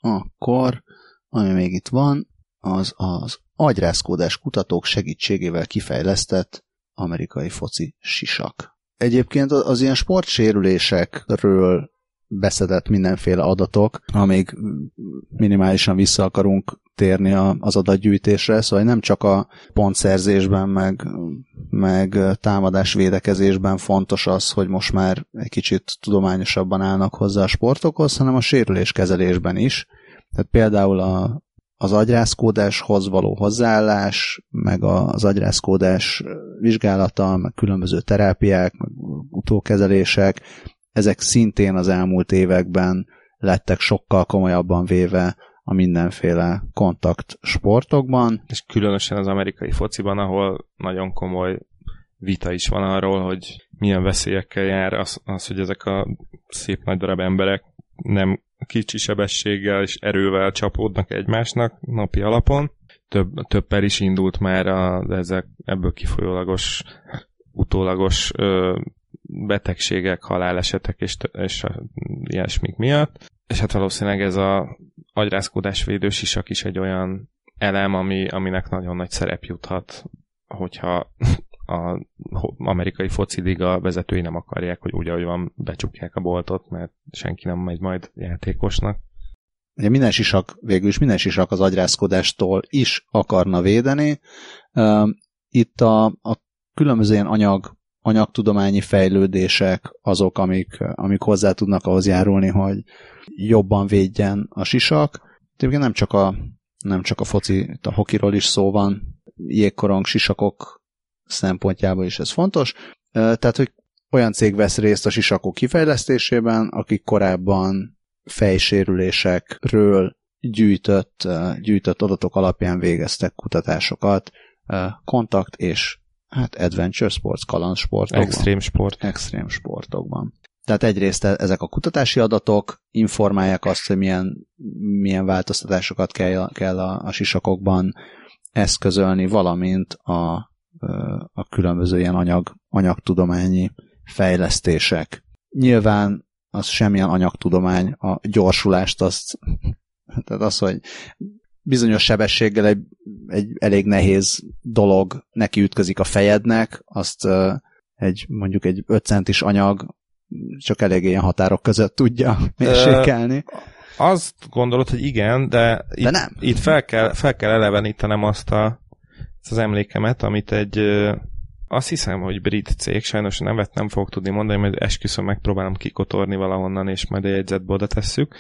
Akkor, ami még itt van, az az agyrázkódás kutatók segítségével kifejlesztett amerikai foci sisak. Egyébként az ilyen sportsérülésekről beszedett mindenféle adatok, amíg minimálisan vissza akarunk térni az adatgyűjtésre, szóval nem csak a pontszerzésben, meg, meg támadás védekezésben fontos az, hogy most már egy kicsit tudományosabban állnak hozzá a sportokhoz, hanem a sérüléskezelésben is. Tehát például a, az agyrázkódáshoz való hozzáállás, meg az agyrázkódás vizsgálata, meg különböző terápiák, meg utókezelések, ezek szintén az elmúlt években lettek sokkal komolyabban véve a mindenféle kontakt sportokban. És különösen az amerikai fociban, ahol nagyon komoly vita is van arról, hogy milyen veszélyekkel jár az, az hogy ezek a szép nagy darab emberek nem kicsi sebességgel és erővel csapódnak egymásnak napi alapon. Több, több per is indult már a, ezek, ebből kifolyólagos, utólagos ö, betegségek, halálesetek és, és ilyesmik miatt. És hát valószínűleg ez a agyrázkódás védősisak is egy olyan elem, ami, aminek nagyon nagy szerep juthat, hogyha az amerikai fociliga vezetői nem akarják, hogy úgy, ahogy van, becsukják a boltot, mert senki nem megy majd játékosnak. Ugye minden sisak, végül is minden sisak az agyrázkódástól is akarna védeni. Itt a, a különböző ilyen anyag anyagtudományi fejlődések azok, amik, amik hozzá tudnak ahhoz járulni, hogy jobban védjen a sisak. Egyébként nem csak a, nem csak a foci, a hokiról is szó van, jégkorong, sisakok szempontjából is ez fontos. Tehát, hogy olyan cég vesz részt a sisakok kifejlesztésében, akik korábban fejsérülésekről gyűjtött, gyűjtött adatok alapján végeztek kutatásokat, kontakt és hát adventure sports, kalandsportokban. Extrém sport. Extrém sportokban. Tehát egyrészt ezek a kutatási adatok informálják azt, hogy milyen, milyen változtatásokat kell, kell a, a sisakokban eszközölni, valamint a, a különböző ilyen anyag, anyagtudományi fejlesztések. Nyilván az semmilyen anyagtudomány, a gyorsulást azt, tehát az, hogy bizonyos sebességgel egy, egy elég nehéz dolog neki ütközik a fejednek, azt egy mondjuk egy öt centis anyag csak elég ilyen határok között tudja mérsékelni. Azt gondolod, hogy igen, de itt, de nem. itt fel, kell, fel kell elevenítenem azt a, az emlékemet, amit egy, azt hiszem, hogy brit cég, sajnos nevet nem fogok tudni mondani, mert esküszöm megpróbálom kikotorni valahonnan, és majd a jegyzetbe oda tesszük.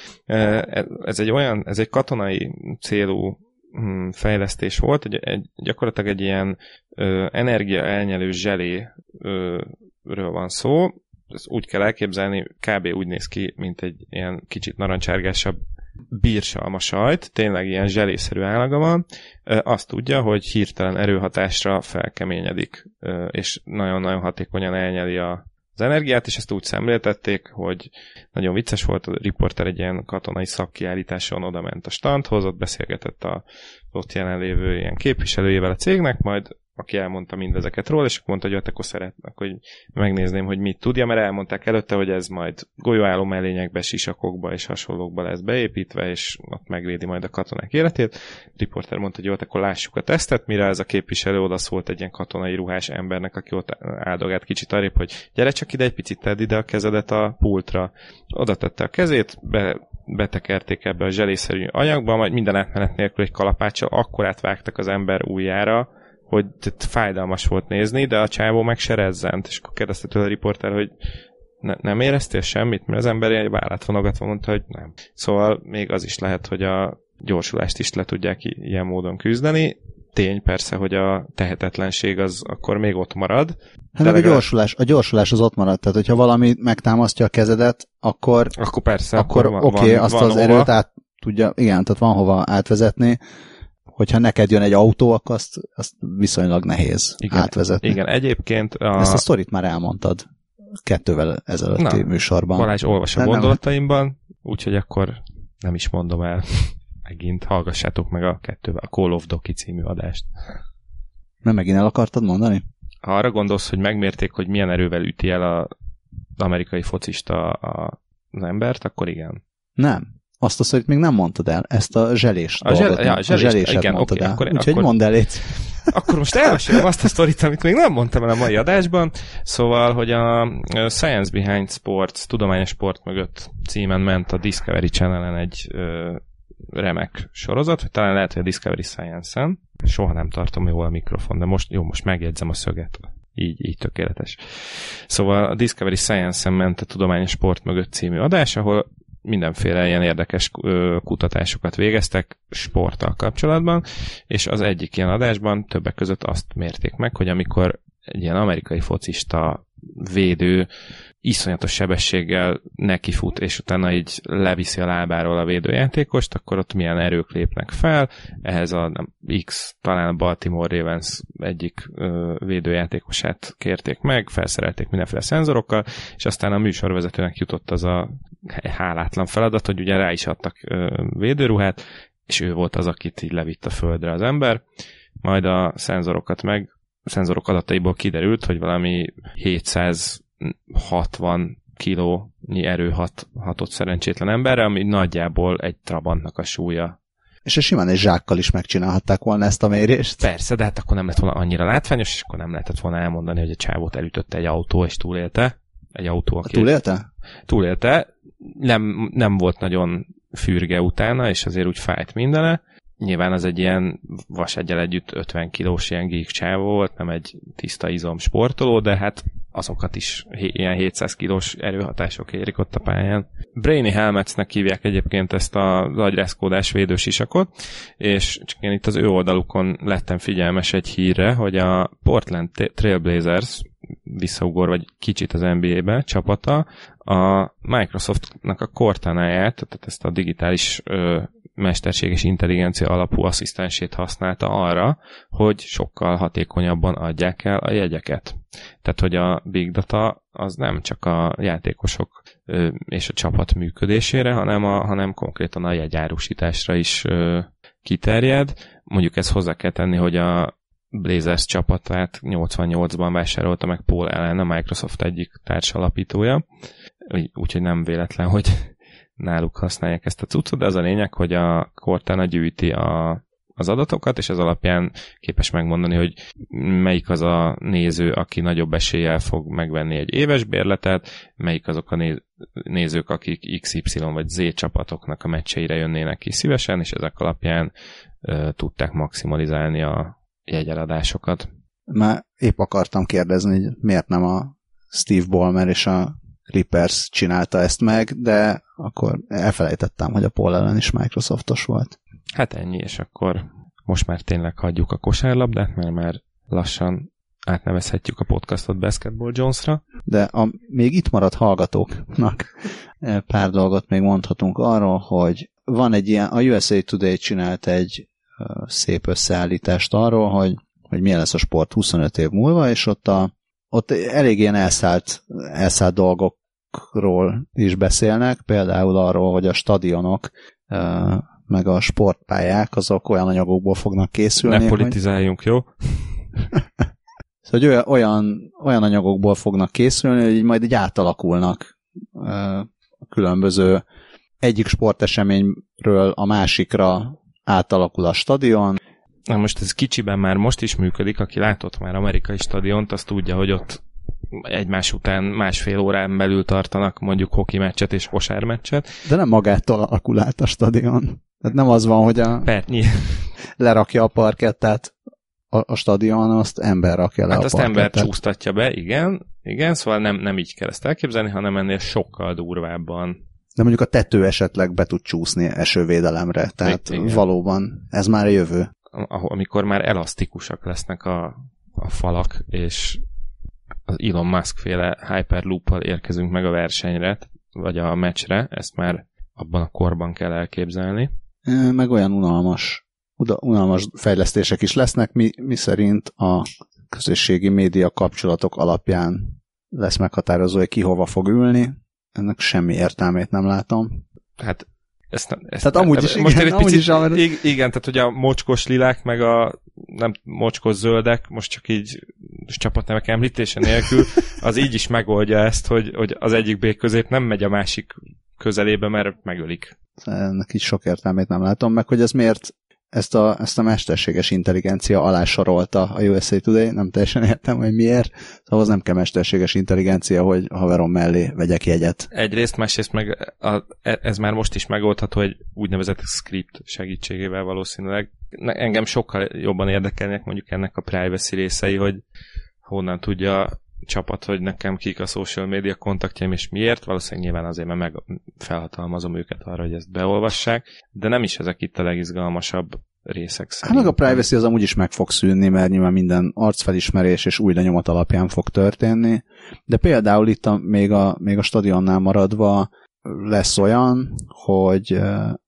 Ez egy olyan, ez egy katonai célú fejlesztés volt, egy, egy, gyakorlatilag egy ilyen ö, energia elnyelő zseléről van szó. Ezt úgy kell elképzelni, kb. Úgy néz ki, mint egy ilyen kicsit narancsárgásabb bírsalma sajt, tényleg ilyen zselészerű állaga van, azt tudja, hogy hirtelen erőhatásra felkeményedik, és nagyon-nagyon hatékonyan elnyeli a, az energiát, és ezt úgy szemléltették, hogy nagyon vicces volt, a riporter egy ilyen katonai szakkiállításon oda ment a standhoz, ott beszélgetett a ott jelenlévő ilyen képviselőjével a cégnek, majd aki elmondta mindezeket róla, és akkor mondta, hogy akkor szeretnek, hogy megnézném, hogy mit tudja, mert elmondták előtte, hogy ez majd golyóálló mellényekbe, sisakokba és hasonlókba lesz beépítve, és ott megvédi majd a katonák életét. A riporter mondta, hogy jó, akkor lássuk a tesztet, mire ez a képviselő odaszólt egy ilyen katonai ruhás embernek, aki ott áldogált kicsit arrébb, hogy gyere csak ide, egy picit tedd ide a kezedet a pultra. Oda tette a kezét, be betekerték ebbe a zselészerű anyagba, majd minden átmenet nélkül egy kalapáccsal akkorát vágtak az ember ujjára, hogy fájdalmas volt nézni, de a csávó meg se rezzent, és akkor kérdezte tőle a riporter, hogy ne, nem éreztél semmit, mert az ember egy vállát vonogatva mondta, hogy nem. Szóval még az is lehet, hogy a gyorsulást is le tudják ilyen módon küzdeni. Tény persze, hogy a tehetetlenség az akkor még ott marad. Hát legalább... a, gyorsulás, a gyorsulás az ott marad, tehát hogyha valami megtámasztja a kezedet, akkor akkor persze, akkor, akkor oké, okay, azt van az hova. Erőt át tudja, igen, tehát van hova átvezetni. Hogyha neked jön egy autó, akkor azt, azt viszonylag nehéz igen, átvezetni. Igen, egyébként... A... Ezt a sztorit már elmondtad kettővel ezelőtti Na, műsorban. Balázs olvas a gondolataimban, úgyhogy akkor nem is mondom el. Megint hallgassátok meg a kettővel, a Call of Duty című adást. Nem megint el akartad mondani? Ha arra gondolsz, hogy megmérték, hogy milyen erővel üti el a, az amerikai focista a, az embert, akkor igen. Nem. Azt a szót még nem mondtad el, ezt a zselés a dolgot. Zsel, ja, a zselést, a zseléset igen, mondtad okay, el. akkor, Úgyhogy akkor, mondd el, légy. Akkor most elmesélem azt a sztorit, amit még nem mondtam el a mai adásban. Szóval, hogy a Science Behind Sports, tudományos sport mögött címen ment a Discovery Channel-en egy ö, remek sorozat, vagy talán lehet, hogy a Discovery Science-en. Soha nem tartom jól a mikrofon, de most jó, most megjegyzem a szöget. Így, így tökéletes. Szóval a Discovery Science-en ment a tudományos sport mögött című adás, ahol mindenféle ilyen érdekes kutatásokat végeztek sporttal kapcsolatban, és az egyik ilyen adásban többek között azt mérték meg, hogy amikor egy ilyen amerikai focista védő iszonyatos sebességgel nekifut, és utána így leviszi a lábáról a védőjátékost, akkor ott milyen erők lépnek fel. Ehhez a nem, X, talán a Baltimore Ravens egyik ö, védőjátékosát kérték meg, felszerelték mindenféle szenzorokkal, és aztán a műsorvezetőnek jutott az a hálátlan feladat, hogy ugye rá is adtak ö, védőruhát, és ő volt az, akit így levitt a földre az ember. Majd a szenzorokat meg, a szenzorok adataiból kiderült, hogy valami hétszázhatvan kilónyi erő hat, hatott szerencsétlen emberre, ami nagyjából egy trabantnak a súlya. És a simán egy zsákkal is megcsinálhatták volna ezt a mérést. Persze, de hát akkor nem lett volna annyira látványos, és akkor nem lehetett volna elmondani, hogy a csávót elütötte egy autó, és túlélte. Egy autó, aki... Túlélte? Túlélte. Nem, nem volt nagyon fürge utána, és azért úgy fájt mindene. Nyilván az egy ilyen vaseggyel együtt ötven kilós ilyen geek csávó volt, nem egy tiszta izom sportoló, de hát azokat is ilyen hétszáz kilós erőhatások érik ott a pályán. Brainy Helmetsnek hívják egyébként ezt az agyrázkódás védősisakot, és csak én itt az ő oldalukon lettem figyelmes egy hírre, hogy a Portland Trailblazers visszaugor, vagy kicsit az en bé á-be csapata, a Microsoftnak a Cortanáját, tehát ezt a digitális ö, mesterséges intelligencia alapú asszisztensét használta arra, hogy sokkal hatékonyabban adják el a jegyeket. Tehát, hogy a Big Data az nem csak a játékosok ö, és a csapat működésére, hanem, a, hanem konkrétan a jegyárusításra is ö, kiterjed. Mondjuk ezt hozzá kell tenni, hogy a Blazers csapatát nyolcvannyolcban vásárolta meg Paul Allen, a Microsoft egyik társalapítója, úgyhogy nem véletlen, hogy náluk használják ezt a cuccot, de az a lényeg, hogy a Cortana gyűjti a, az adatokat, és ez alapján képes megmondani, hogy melyik az a néző, aki nagyobb eséllyel fog megvenni egy éves bérletet, melyik azok a néz, nézők, akik iksz ipszilon vagy Z csapatoknak a meccseire jönnének ki szívesen, és ezek alapján uh, tudták maximalizálni a jegyeladásokat. Már épp akartam kérdezni, hogy miért nem a Steve Ballmer és a Clippers csinálta ezt meg, de akkor elfelejtettem, hogy a Paul Allen is Microsoftos volt. Hát ennyi, és akkor most már tényleg hagyjuk a kosárlabdát, mert már lassan átnevezhetjük a podcastot Basketball Jonesra. De a még itt maradt hallgatóknak pár dolgot még mondhatunk arról, hogy van egy ilyen, a u es á Today csinált egy szép összeállítást arról, hogy, hogy milyen lesz a sport huszonöt év múlva, és ott, a, ott elég ilyen elszállt, elszállt dolgokról is beszélnek, például arról, hogy a stadionok meg a sportpályák azok olyan anyagokból fognak készülni. Ne politizáljunk, hogy... jó? Szóval olyan, olyan, olyan anyagokból fognak készülni, hogy így majd így átalakulnak a különböző egyik sporteseményről a másikra átalakul a stadion. Na most ez kicsiben már most is működik, aki látott már amerikai stadiont, azt tudja, hogy ott egymás után másfél órán belül tartanak mondjuk hoki meccset és kosármeccset. De nem magától alakul át a stadion. Tehát nem az van, hogy a Pertnyi. lerakja a parkettát a, a stadion, azt ember rakja le hát a azt parkettát. ember csúsztatja be, igen, igen, szóval nem, nem így kell ezt elképzelni, hanem ennél sokkal durvábban. De mondjuk a tető esetleg be tud csúszni esővédelemre, tehát igen. Valóban ez már a jövő. Amikor már elasztikusak lesznek a, a falak, és az Elon Musk féle Hyperloop-al érkezünk meg a versenyre, vagy a meccsre, ezt már abban a korban kell elképzelni. Meg olyan unalmas, unalmas fejlesztések is lesznek, mi, mi szerint a közösségi média kapcsolatok alapján lesz meghatározó, hogy ki hova fog ülni. Ennek semmi értelmét nem látom. Hát ezt, ezt tehát amúgy is, most igen, egy amúgy picit, is amúgy... igen, tehát hogy a mocskos lilák, meg a nem mocskos zöldek, most csak így csapatnevek említése nélkül, az így is megoldja ezt, hogy, hogy az egyik bék közép nem megy a másik közelébe, mert megölik. Ennek így sok értelmét nem látom, meg hogy ez miért ezt a, ezt a mesterséges intelligencia alá sorolta a u es á Today, nem teljesen értem, hogy miért. Szóval az nem kell mesterséges intelligencia, hogy haverom mellé vegyek jegyet. Egyrészt, másrészt meg a, ez már most is megoldható egy úgynevezett script segítségével valószínűleg. Engem sokkal jobban érdekelnek mondjuk ennek a privacy részei, hogy honnan tudja a csapat, hogy nekem kik a social media kontaktjaim és miért. Valószínűleg nyilván azért, mert meg felhatalmazom őket arra, hogy ezt beolvassák, de nem is ezek itt a legizgalmasabb részek szerint. Hát meg a privacy az amúgy is meg fog szűnni, mert nyilván minden arcfelismerés és új lenyomat alapján fog történni, de például itt a, még, a, még a stadionnál maradva lesz olyan, hogy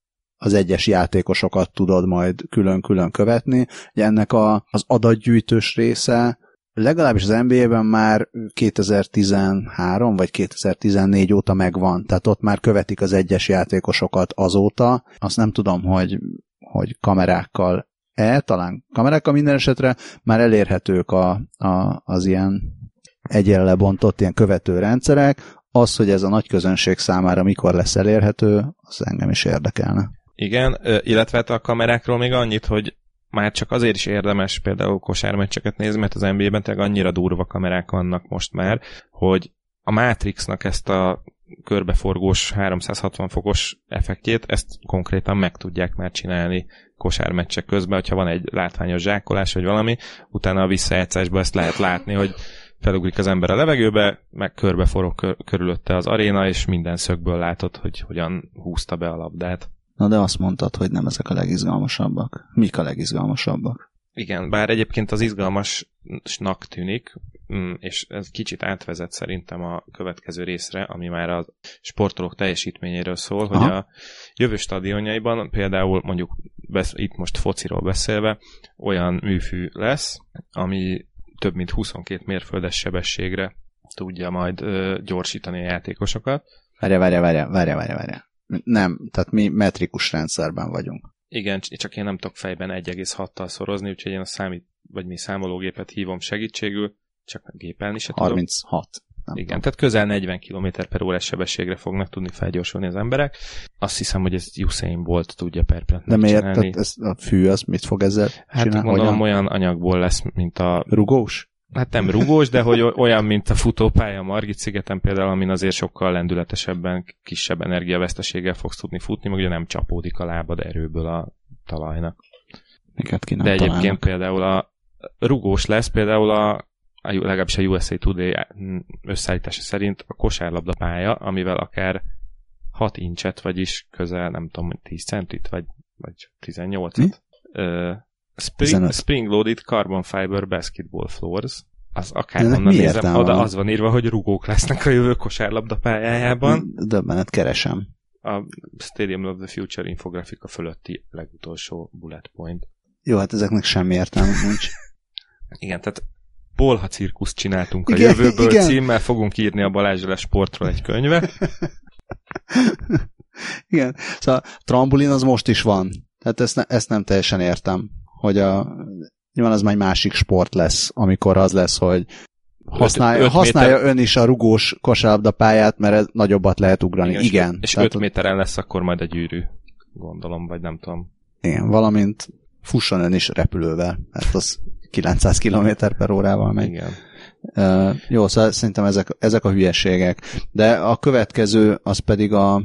az egyes játékosokat tudod majd külön-külön követni. Ugye ennek a, az adatgyűjtős része legalábbis az en bé á-ben már kétezer-tizenhárom vagy kétezer-tizennégy óta megvan, tehát ott már követik az egyes játékosokat azóta. Azt nem tudom, hogy, hogy kamerákkal e, talán kamerákkal minden esetre már elérhetők a, a, az ilyen egyre lebontott ilyen követő rendszerek. Az, hogy ez a nagy közönség számára mikor lesz elérhető, az engem is érdekelne. Igen, illetve a kamerákról még annyit, hogy már csak azért is érdemes például kosármeccseket nézni, mert az en bé á-ben tényleg annyira durva kamerák vannak most már, hogy a Matrixnak ezt a körbeforgós háromszázhatvan fokos effektjét, ezt konkrétan meg tudják már csinálni kosármeccsek közben, hogyha van egy látványos zsákolás, vagy valami, utána a visszajátszásban ezt lehet látni, hogy felugrik az ember a levegőbe, meg körbeforog kör- körülötte az aréna, és minden szögből látod, hogy hogyan húzta be a labdát. Na de azt mondtad, hogy nem ezek a legizgalmasabbak. Mik a legizgalmasabbak? Igen, bár egyébként az izgalmas logikusnak tűnik, és ez kicsit átvezet szerintem a következő részre, ami már a sportolók teljesítményéről szól, Aha. hogy a jövő stadionjaiban például mondjuk besz- itt most fociról beszélve olyan műfű lesz, ami több mint huszonkét mérföldes sebességre tudja majd ö, gyorsítani a játékosokat. Várja, várja, várja, várja, várja, várja. Nem, tehát mi metrikus rendszerben vagyunk. Igen, csak én nem tudok fejben egy egész hattal szorozni, úgyhogy én a számít, vagy mi számológépet hívom segítségül, csak gépelni se tudom. harminchat. Nem Igen, tudom. Tehát közel negyven kilométer per órás sebességre fognak tudni felgyorsulni az emberek. Azt hiszem, hogy ez Usain Bolt tudja per pillanat De miért? Tehát ez a fű az mit fog ezzel Hát csinálni? gondolom olyan? olyan anyagból lesz, mint a... Rugós? Hát nem rugós, de hogy olyan, mint a futópálya a Margit-szigeten például, amin azért sokkal lendületesebben, kisebb energiaveszteséggel fogsz tudni futni, meg ugye nem csapódik a lábad erőből a talajnak. Miket ki nem De egyébként találnak. például a rugós lesz, például a, a legalábbis a U S A Today összeállítása szerint a kosárlabda pálya, amivel akár hat incset, vagyis közel, nem tudom, tíz centit, vagy, vagy tizennyolcat. Uh, spring, spring Loaded Carbon Fiber Basketball Floors. Az akár onnan nézem, oda az van írva, hogy rugók lesznek a jövő kosárlabda pályájában. Döbbenet, keresem. A Stadium of the Future infografika fölötti legutolsó bullet point. Jó, hát ezeknek semmi értelme nincs. Igen, tehát Bolha cirkuszt csináltunk a igen, jövőből igen. címmel, fogunk írni a Balázsra sportról egy könyvet. Igen, szóval a trambulin az most is van. Tehát ezt, ne, ezt nem teljesen értem, hogy a nyilván az már egy másik sport lesz, amikor az lesz, hogy használja, használja ön is a rugós kosárlabda pályát, mert ez nagyobbat lehet ugrani. Igen. igen. És öt méteren lesz akkor majd a gyűrű, gondolom, vagy nem tudom. Igen, valamint fusson ön is repülővel, mert az kilencszáz kilométer per órával megy. Igen. Uh, jó, szóval szerintem ezek, ezek a hülyeségek. De a következő, az pedig a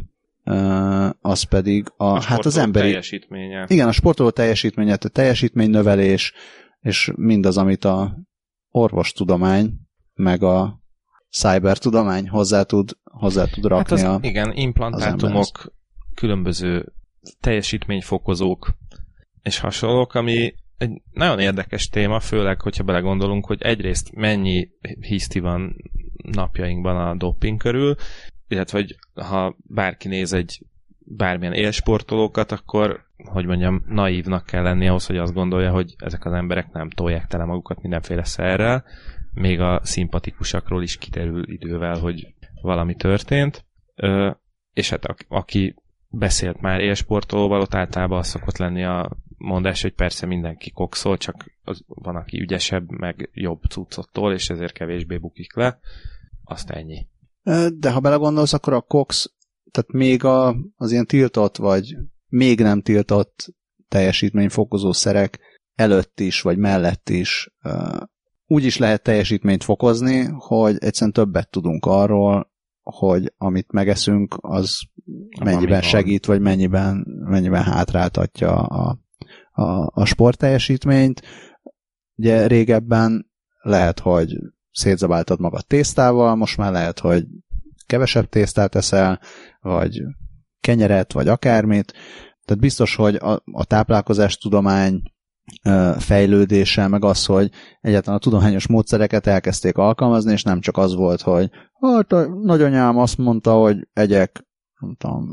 uh, az pedig a, a hát az emberi teljesítménye. Igen, a sportoló teljesítménye, a teljesítménynövelés, és mindaz, amit a orvostudomány, meg a cybertudomány hozzá tud, hozzá tud rakni. Hát az, a, igen, implantátumok, különböző teljesítményfokozók és hasonlók, ami egy nagyon érdekes téma, főleg, hogyha belegondolunk, hogy egyrészt mennyi hiszti van napjainkban a doping körül, illetve, hogy ha bárki néz egy bármilyen élsportolókat, akkor, hogy mondjam, naívnak kell lenni ahhoz, hogy azt gondolja, hogy ezek az emberek nem tolják tele magukat mindenféle szerrel, még a szimpatikusakról is kiderül idővel, hogy valami történt, Ö, és hát a, aki beszélt már élsportolóval, ott általában az szokott lenni a mondás, hogy persze mindenki kokszol, csak az van, aki ügyesebb, meg jobb cuccottól, és ezért kevésbé bukik le. Azt ennyi. De ha belegondolsz, akkor a koks, tehát még a, az ilyen tiltott, vagy még nem tiltott teljesítményfokozó szerek előtt is, vagy mellett is úgy is lehet teljesítményt fokozni, hogy egyszerűen többet tudunk arról, hogy amit megeszünk, az mennyiben segít, vagy mennyiben, mennyiben hátráltatja a, a, a sportteljesítményt. Ugye régebben lehet, hogy szétzabáltad magad tésztával, most már lehet, hogy kevesebb tésztát eszel, vagy kenyeret, vagy akármit. Tehát biztos, hogy a, a táplálkozástudomány fejlődése, meg az, hogy egyáltalán a tudományos módszereket elkezdték alkalmazni, és nem csak az volt, hogy hát a nagyanyám azt mondta, hogy egyek nem tudom,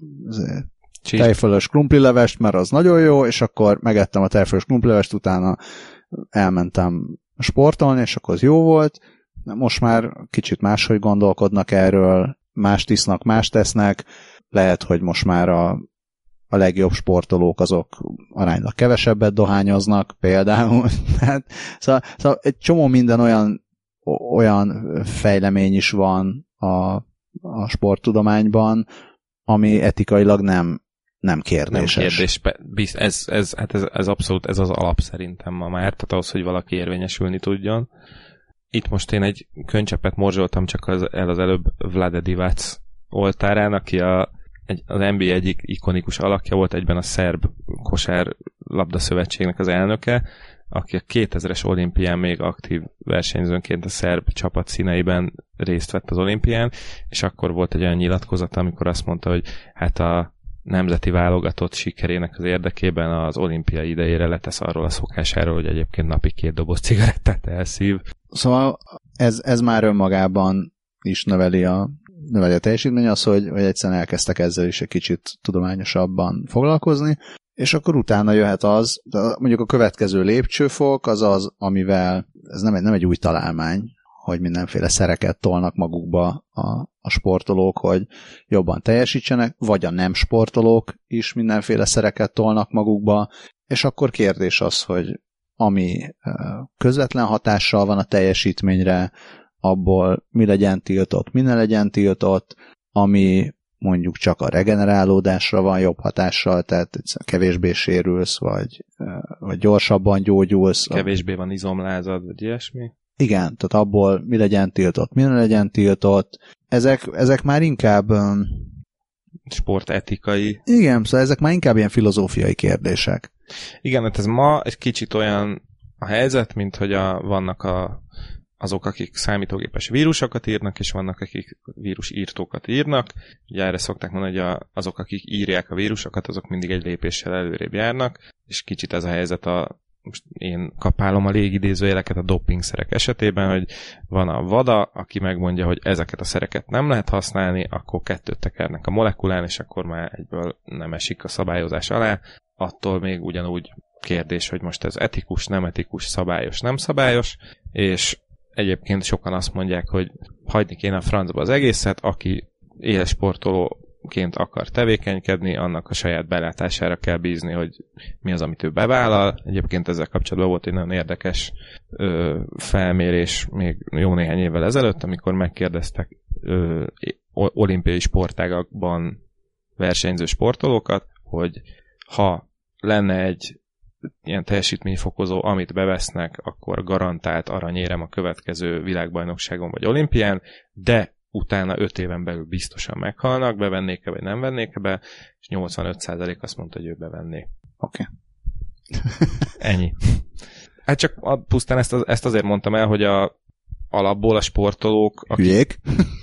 tejfölös krumplilevest, mert az nagyon jó, és akkor megettem a tejfölös krumplilevest, utána elmentem sportolni, és akkor az jó volt. Most már kicsit máshogy gondolkodnak erről, más isznak, más tesznek. Lehet, hogy most már a, a legjobb sportolók azok aránylag kevesebbet dohányoznak, például. Tehát, szóval, szóval egy csomó minden olyan, olyan fejlemény is van a, a sporttudományban, ami etikailag nem, nem kérdéses. Nem kérdés. Bizt, ez, ez, hát ez, ez abszolút ez az alap szerintem ma már, tehát ahhoz, hogy valaki érvényesülni tudjon. Itt most én egy könycsepet morzsoltam csak az, el az előbb Vlade Divac oltárán, aki a, egy, az en bé á egyik ikonikus alakja volt, egyben a szerb kosárlabda szövetségnek az elnöke, aki a kétezres olimpián még aktív versenyzőnként a szerb csapat színeiben részt vett az olimpián, és akkor volt egy olyan nyilatkozat, amikor azt mondta, hogy hát a nemzeti válogatott sikerének az érdekében az olimpiai idejére letesz arról a szokásáról, hogy egyébként napi két doboz cigarettát elszív. Szóval ez, ez már önmagában is növeli a, növeli a teljesítmény, az, hogy, hogy egyszerűen elkezdtek ezzel is egy kicsit tudományosabban foglalkozni, és akkor utána jöhet az, de mondjuk a következő lépcsőfok az az, amivel ez nem egy, nem egy új találmány, hogy mindenféle szereket tolnak magukba a, a sportolók, hogy jobban teljesítsenek, vagy a nem sportolók is mindenféle szereket tolnak magukba, és akkor kérdés az, hogy ami közvetlen hatással van a teljesítményre, abból mi legyen tiltott, mi ne legyen tiltott, ami mondjuk csak a regenerálódásra van jobb hatással, tehát kevésbé sérülsz, vagy, vagy gyorsabban gyógyulsz. Kevésbé van izomlázad, vagy ilyesmi. Igen, tehát abból mi legyen tiltott, mi ne legyen tiltott. Ezek, ezek már inkább... sportetikai. Igen, szóval ezek már inkább ilyen filozófiai kérdések. Igen, hát ez ma egy kicsit olyan a helyzet, mint hogy a, vannak a, azok, akik számítógépes vírusokat írnak, és vannak, akik vírusírtókat írnak. Ugye erre szokták mondani, hogy a, azok, akik írják a vírusokat, azok mindig egy lépéssel előrébb járnak, és kicsit ez a helyzet a most én kapálom a légidézőjeleket a dopingszerek esetében, hogy van a vada, aki megmondja, hogy ezeket a szereket nem lehet használni, akkor kettőt tekernek a molekulán, és akkor már egyből nem esik a szabályozás alá. Attól még ugyanúgy kérdés, hogy most ez etikus, nem etikus, szabályos, nem szabályos, és egyébként sokan azt mondják, hogy hagyni kéne a francba az egészet, aki éles sportoló ként akar tevékenykedni, annak a saját belátására kell bízni, hogy mi az, amit ő bevállal. Egyébként ezzel kapcsolatban volt egy nagyon érdekes ö, felmérés még jó néhány évvel ezelőtt, amikor megkérdeztek ö, olimpiai sportágakban versenyző sportolókat, hogy ha lenne egy ilyen teljesítményfokozó, amit bevesznek, akkor garantált aranyérem a következő világbajnokságon vagy olimpián, de utána öt éven belül biztosan meghalnak, bevennék-e vagy nem vennék-e be, és nyolcvanöt százalék azt mondta, hogy ő bevenné. Oké. Okay. Ennyi. Hát csak a, pusztán ezt, az, ezt azért mondtam el, hogy a alapból a sportolók... Akik... Hülyék?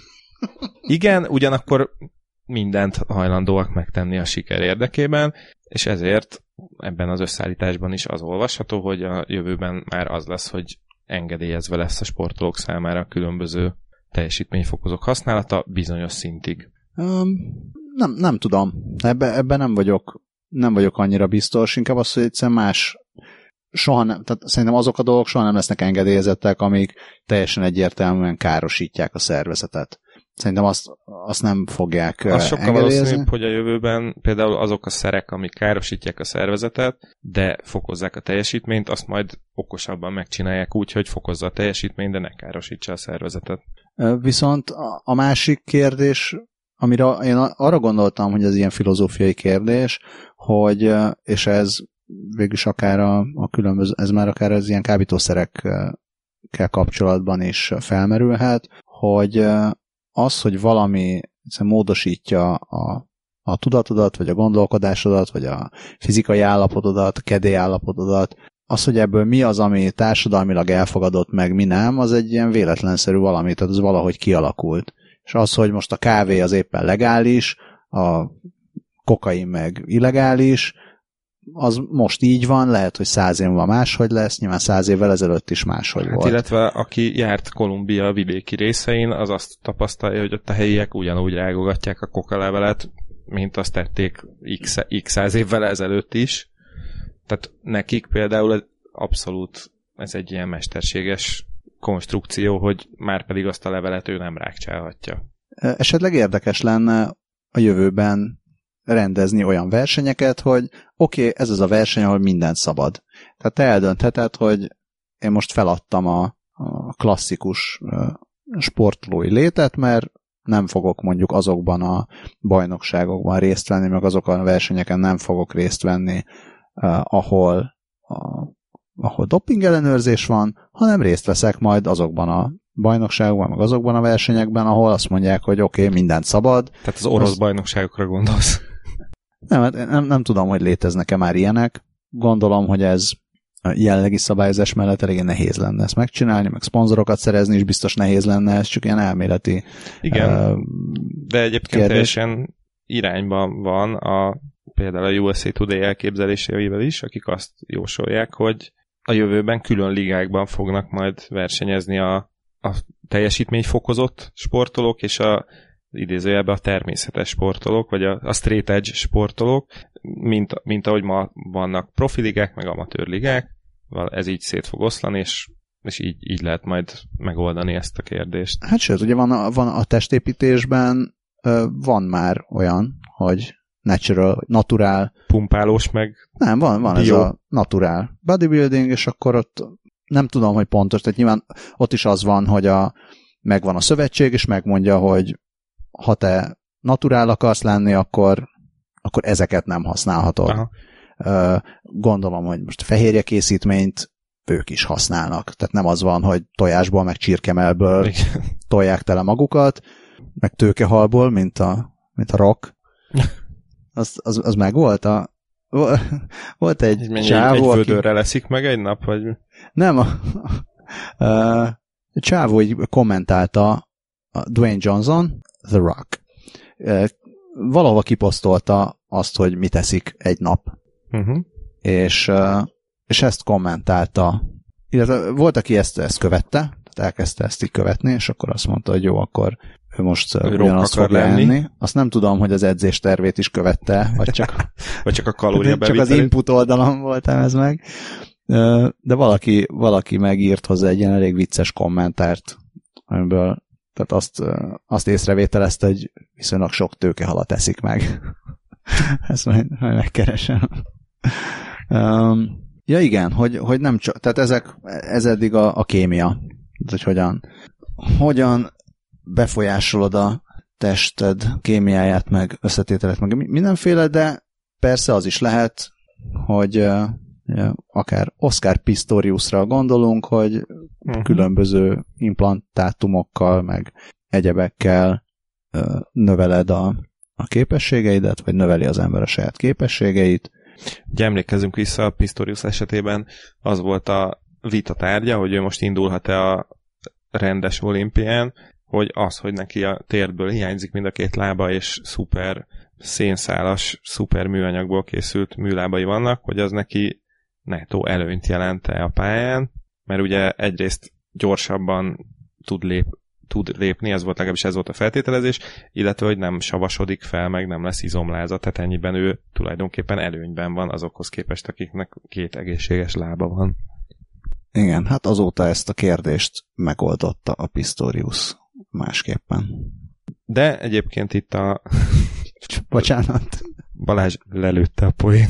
Igen, ugyanakkor mindent hajlandóak megtenni a siker érdekében, és ezért ebben az összeállításban is az olvasható, hogy a jövőben már az lesz, hogy engedélyezve lesz a sportolók számára a különböző teljesítményfokozók használata bizonyos szintig. Um, nem, nem tudom. Ebben ebbe nem vagyok nem vagyok annyira biztos. Inkább az, hogy egyszerűen más soha nem, tehát szerintem azok a dolgok soha nem lesznek engedélyezettek, amik teljesen egyértelműen károsítják a szervezetet. Szerintem azt, azt nem fogják az sokkal valószínűbb, hogy a jövőben például azok a szerek, amik károsítják a szervezetet, de fokozzák a teljesítményt, azt majd okosabban megcsinálják úgy, hogy fokozza a teljesítményt, de ne károsítsa a szervezetet. Viszont a másik kérdés, amire én arra gondoltam, hogy ez ilyen filozófiai kérdés, hogy, és ez végülis akár a, a különböző, ez már akár az ilyen kábítószerekkel kapcsolatban is felmerülhet, hogy az, hogy valami módosítja a, a tudatodat, vagy a gondolkodásodat, vagy a fizikai állapotodat, kedély állapotodat, az, hogy ebből mi az, ami társadalmilag elfogadott, meg mi nem, az egy ilyen véletlenszerű valami, tehát az valahogy kialakult. És az, hogy most a kávé az éppen legális, a kokain meg illegális, az most így van, lehet, hogy száz év van máshogy lesz, nyilván száz évvel ezelőtt is máshogy hát volt. Illetve aki járt Kolumbia vidéki részein, az azt tapasztalja, hogy ott a helyiek ugyanúgy rágogatják a kokalevelet, mint azt tették x, x száz évvel ezelőtt is. Tehát nekik például abszolút ez egy ilyen mesterséges konstrukció, hogy már pedig azt a levelet ő nem rákcsálhatja. Esetleg érdekes lenne a jövőben rendezni olyan versenyeket, hogy oké, okay, ez az a verseny, ahol mindent szabad. Tehát te eldöntheted, hogy én most feladtam a, a klasszikus sportolói létet, mert nem fogok mondjuk azokban a bajnokságokban részt venni, meg azokon a versenyeken nem fogok részt venni, ahol, a, ahol doping ellenőrzés van, hanem részt veszek majd azokban a bajnokságokban, meg azokban a versenyekben, ahol azt mondják, hogy oké, okay, mindent szabad. Tehát az orosz az... bajnokságokra gondolsz? Nem, nem, nem tudom, hogy léteznek-e már ilyenek. Gondolom, hogy ez a jelenlegi szabályozás mellett elég nehéz lenne ezt megcsinálni, meg szponzorokat szerezni is biztos nehéz lenne, ez csak ilyen elméleti. Igen, uh, de egyébként kérdés. Teljesen irányban van a, például a U S A Today elképzelésével is, akik azt jósolják, hogy a jövőben külön ligákban fognak majd versenyezni a, a teljesítményfokozott sportolók és a idézőjelben a természetes sportolók, vagy a, a straight edge sportolók, mint, mint ahogy ma vannak profiligák, meg amatőrligák, ez így szét fog oszlani, és, és így, így lehet majd megoldani ezt a kérdést. Hát sőt, ugye van a, van a testépítésben van már olyan, hogy natural, naturál. Pumpálós meg. Nem, van, van bio. Ez a naturál bodybuilding, és akkor ott nem tudom, hogy pontos, tehát nyilván ott is az van, hogy a, megvan a szövetség, és megmondja, hogy ha te naturál akarsz lenni, akkor, akkor ezeket nem használhatod. Aha. Gondolom, hogy most fehérje készítményt ők is használnak. Tehát nem az van, hogy tojásból, meg csirkemelből igen. tolják tele magukat, meg tőkehalból, mint a, mint a rock. Az, az, az meg volt a... Volt egy Mennyi, csávó, egy vödörre aki... leszik meg egy nap, vagy... Nem, a, a, a csávó így kommentálta a Dwayne Johnson, The Rock. Valahova kiposztolta azt, hogy mit eszik egy nap. Uh-huh. És, és ezt kommentálta. Illetve volt, aki ezt, ezt követte, tehát elkezdte ezt így követni, és akkor azt mondta, hogy jó, akkor ő most ő ugyanazt fog lenni. Azt nem tudom, hogy az edzés tervét is követte, vagy csak, vagy csak a kalóriabevitelét. Csak az input oldalon voltam ez meg. De valaki, valaki megírt hozzá egy ilyen elég vicces kommentárt, amiből tehát azt, azt észrevételezte, hogy viszonylag sok tőkehalat eszik meg. Ezt majd, majd megkeresem. Um, ja igen, hogy, hogy nem csak, tehát ezek, ez eddig a, a kémia. Hogy hogyan, hogyan befolyásolod a tested kémiáját, meg összetételet, meg mindenféle, de persze az is lehet, hogy uh, ja, akár Oscar Pistoriusra gondolunk, hogy uh-huh. különböző implantátumokkal, meg egyebekkel uh, növeled a, a képességeidet, vagy növeli az ember a saját képességeit. Ugye emlékezzünk vissza, a Pistorius esetében az volt a vita tárgya, hogy ő most indulhat-e a rendes olimpián, hogy az, hogy neki a térdből hiányzik mind a két lába, és szuper szénszálas, szuper műanyagból készült műlábai vannak, hogy az neki nettó előnyt jelent-e a pályán, mert ugye egyrészt gyorsabban tud, lép, tud lépni, ez volt legalábbis ez volt a feltételezés, illetve, hogy nem savasodik fel, meg nem lesz izomlázat, tehát ennyiben ő tulajdonképpen előnyben van azokhoz képest, akiknek két egészséges lába van. Igen, hát azóta ezt a kérdést megoldotta a Pistorius másképpen. De egyébként itt a... Bocsánat. Balázs lelőtte a poén.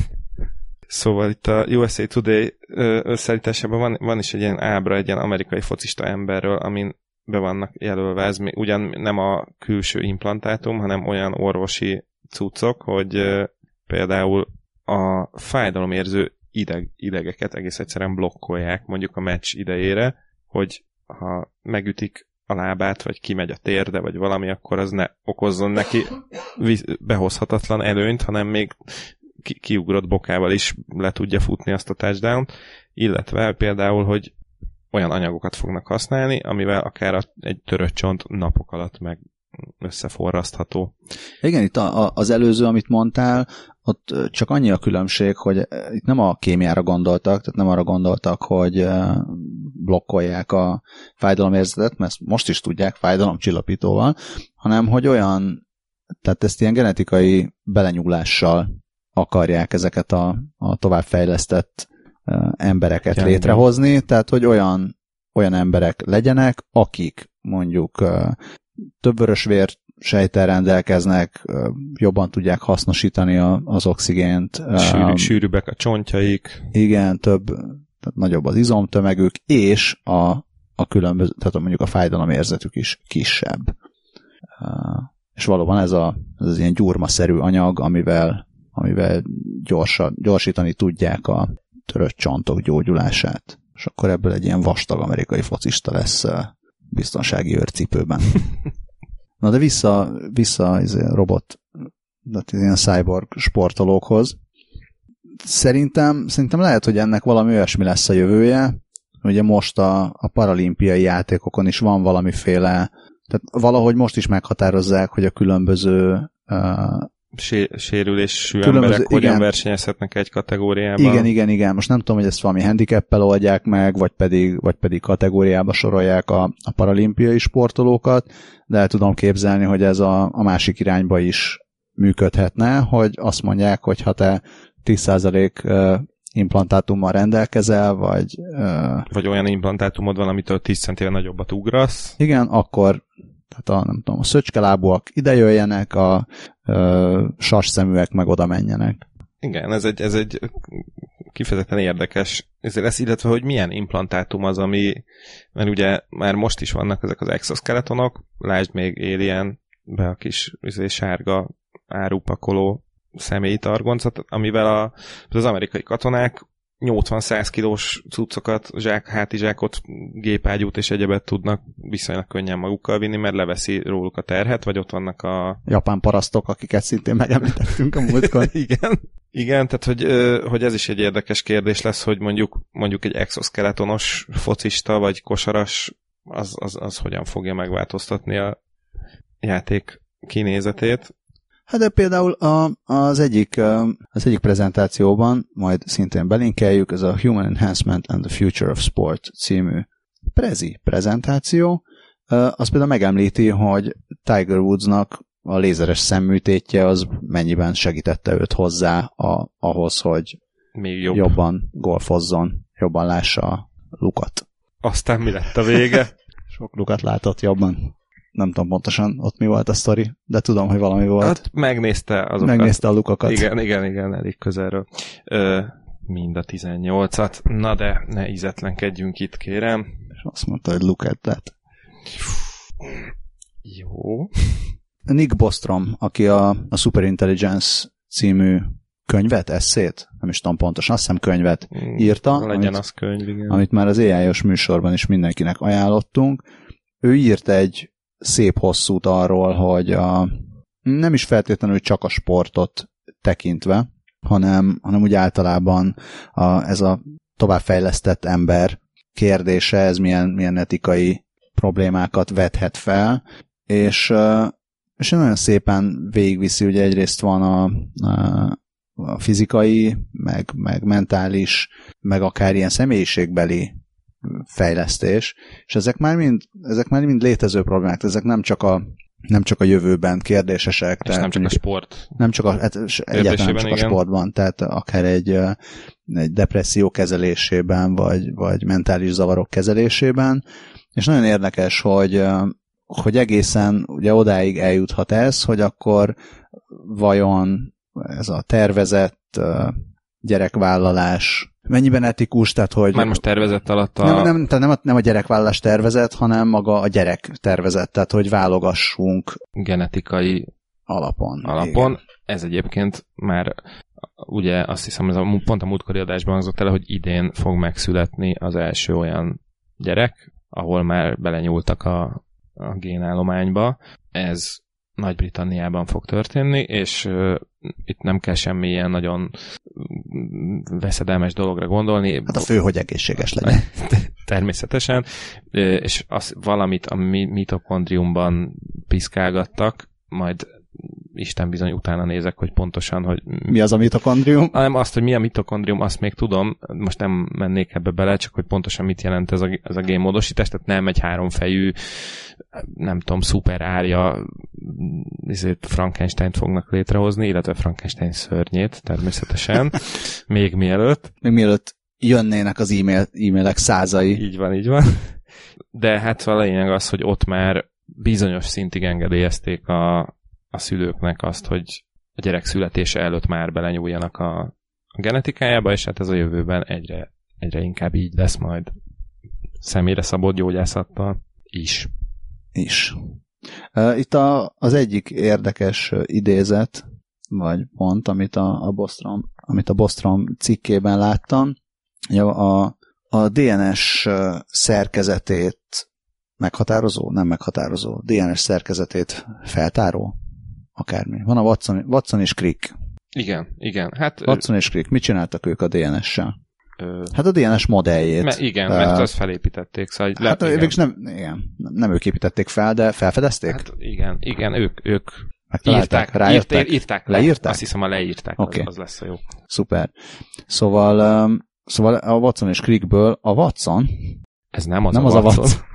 Szóval itt a U S A Today összeállításában van, van is egy ilyen ábra, egy ilyen amerikai focista emberről, amin be vannak jelölve, ez ugyan nem a külső implantátum, hanem olyan orvosi cuccok, hogy például a fájdalomérző ideg, idegeket egész egyszerűen blokkolják mondjuk a meccs idejére, hogy ha megütik a lábát, vagy kimegy a térde, vagy valami, akkor az ne okozzon neki behozhatatlan előnyt, hanem még ki- kiugrott bokával is le tudja futni azt a touchdown, illetve például, hogy olyan anyagokat fognak használni, amivel akár egy törött csont napok alatt meg összeforrasztható. Igen, itt a, a, az előző, amit mondtál, ott csak annyi a különbség, hogy itt nem a kémiára gondoltak, tehát nem arra gondoltak, hogy blokkolják a fájdalomérzetet, mert most is tudják fájdalomcsillapítóval, hanem hogy olyan, tehát ezt ilyen genetikai belenyúlással akarják ezeket a, a továbbfejlesztett embereket ja, létrehozni, igen. Tehát hogy olyan, olyan emberek legyenek, akik mondjuk több vörösvér sejttel rendelkeznek, jobban tudják hasznosítani a, az oxigént. Sűrű, sűrűbbek a csontjaik. Igen, több, tehát nagyobb az izomtömegük, és a, a különböző, tehát mondjuk a fájdalomérzetük is kisebb. És valóban ez, a, ez az ilyen gyurmaszerű anyag, amivel, amivel gyorsan, gyorsítani tudják a törött csontok gyógyulását. És akkor ebből egy ilyen vastag amerikai focista lesz biztonsági őrcipőben. Na de vissza, vissza ez robot, ilyen cyborg sportolókhoz. Szerintem, szerintem lehet, hogy ennek valami olyasmi lesz a jövője. Ugye most a, a paralimpiai játékokon is van valamiféle, tehát valahogy most is meghatározzák, hogy a különböző uh, sé- sérülésű Különböző, emberek hogyan igen. versenyezhetnek egy kategóriában. Igen, igen, igen. Most nem tudom, hogy ezt valami handicappel oldják meg, vagy pedig, vagy pedig kategóriába sorolják a, a paralimpiai sportolókat, de el tudom képzelni, hogy ez a, a másik irányba is működhetne, hogy azt mondják, hogy ha te tíz százalék implantátummal rendelkezel, vagy... Vagy olyan implantátumod van, amitől tíz centivel nagyobbat ugrasz. Igen, akkor tehát a, nem tudom, a szöcskelábúak ide jöjjenek, a ö, sasszeműek meg oda menjenek. Igen, ez egy, ez egy kifejezetten érdekes ezért lesz, illetve hogy milyen implantátum az, ami, mert ugye már most is vannak ezek az exoskeletonok, lásd még Alien, be a kis izé, sárga árupakoló személyi targoncot, amivel a, az amerikai katonák nyolcvan-száz kilós cuccokat, zsák, hátizsákot, gépágyút és egyebet tudnak viszonylag könnyen magukkal vinni, mert leveszi róluk a terhet, vagy ott vannak a... japán parasztok, akiket szintén megemlítettünk a múltkor. Igen. Igen, tehát hogy, hogy ez is egy érdekes kérdés lesz, hogy mondjuk, mondjuk egy exoskeletonos focista, vagy kosaras, az, az, az hogyan fogja megváltoztatni a játék kinézetét. Hát de például a, az, egyik, az egyik prezentációban, majd szintén belinkeljük, ez a Human Enhancement and the Future of Sport című prezi prezentáció. Az például megemlíti, hogy Tiger Woodsnak a lézeres szemműtétje az mennyiben segítette őt hozzá a, ahhoz, hogy még jobb. jobban golfozzon, jobban lássa a lukat. Aztán mi lett a vége? Sok lukat látott jobban. Nem tudom pontosan ott mi volt a sztori, de tudom, hogy valami volt. Hát megnézte azokat. Megnézte a lukakat. Igen, igen, igen, elég közelről. Ö, mind a tizennyolcat. Na de ne ízetlenkedjünk itt, kérem. És azt mondta, hogy look at that. Jó. Nick Bostrom, aki a, a Superintelligence című könyvet, esszét, nem is tudom pontosan, azt hiszem könyvet írta. Legyen amit, az könyv, igen. Amit már az á i-os műsorban is mindenkinek ajánlottunk. Ő írt egy szép hosszút arról, hogy a, nem is feltétlenül csak a sportot tekintve, hanem, hanem úgy általában a, ez a továbbfejlesztett ember kérdése, ez milyen, milyen etikai problémákat vethet fel, és, és nagyon szépen végigviszi, ugye egyrészt van a, a, a fizikai, meg, meg mentális, meg akár ilyen személyiségbeli fejlesztés, és ezek már mind, ezek már mind létező problémák, ezek nem csak a, nem csak a jövőben kérdésesek. És tehát nem csak a sport. Nem csak a, hát egyáltalán csak igen. a sportban, tehát akár egy, egy depresszió kezelésében, vagy, vagy mentális zavarok kezelésében, és nagyon érdekes, hogy, hogy egészen ugye odáig eljuthat ez, hogy akkor vajon ez a tervezett gyerekvállalás mennyiben etikus, tehát hogy... Már most tervezett alatt a... Nem, nem, tehát nem, a, nem a gyerekvállalás tervezett, hanem maga a gyerek tervezett, tehát hogy válogassunk genetikai alapon. alapon. Igen. Ez egyébként már ugye azt hiszem, ez a, pont a múltkori adásban hangzott el, hogy idén fog megszületni az első olyan gyerek, ahol már belenyúltak a, a génállományba. Ez Nagy-Britanniában fog történni, és uh, itt nem kell semmi ilyen nagyon veszedelmes dologra gondolni. Hát a fő, hogy egészséges legyen. Természetesen, és az valamit a mitokondriumban piszkálgattak, majd Isten bizony utána nézek, hogy pontosan, hogy... Mi az a mitokondrium? Nem azt, hogy mi a mitokondrium, azt még tudom, most nem mennék ebbe bele, csak hogy pontosan mit jelent ez a, ez a génmódosítás, tehát nem egy háromfejű, nem tudom, szuper árja ezért Frankenstein-t fognak létrehozni, illetve Frankenstein szörnyét természetesen, még mielőtt. Még mielőtt jönnének az e-mail, e-mailek százai. Így van, így van. De hát a lényeg az, hogy ott már bizonyos szintig engedélyezték a, a szülőknek azt, hogy a gyerek születése előtt már belenyúljanak a, a genetikájába, és hát ez a jövőben egyre, egyre inkább így lesz majd személyre szabott gyógyászattal is. Is. Itt a, az egyik érdekes idézet, vagy pont, amit a, a Bostrom, amit a Bostrom cikkében láttam, a, a dé en es szerkezetét meghatározó, nem meghatározó, dé en es szerkezetét feltáró, akármi. Van a Watson, Watson és Crick. Igen, igen. Hát, Watson és Crick, mit csináltak ők a dé en es-sel? Ö... Hát a dé en es modelljét. Me, igen, uh, mert azt felépítették. Szóval, hát le, igen. Nem, igen, nem ők építették fel, de felfedezték? Hát igen, igen, ők, ők Megtalálták? Írták, Rájöttek? írták, írták. Leírták? Azt hiszem, a leírták, okay. az, az lesz a jó. Szuper. Szóval, um, szóval a Watson és Crickből a Watson... Ez nem az nem a az Watson. A Watson.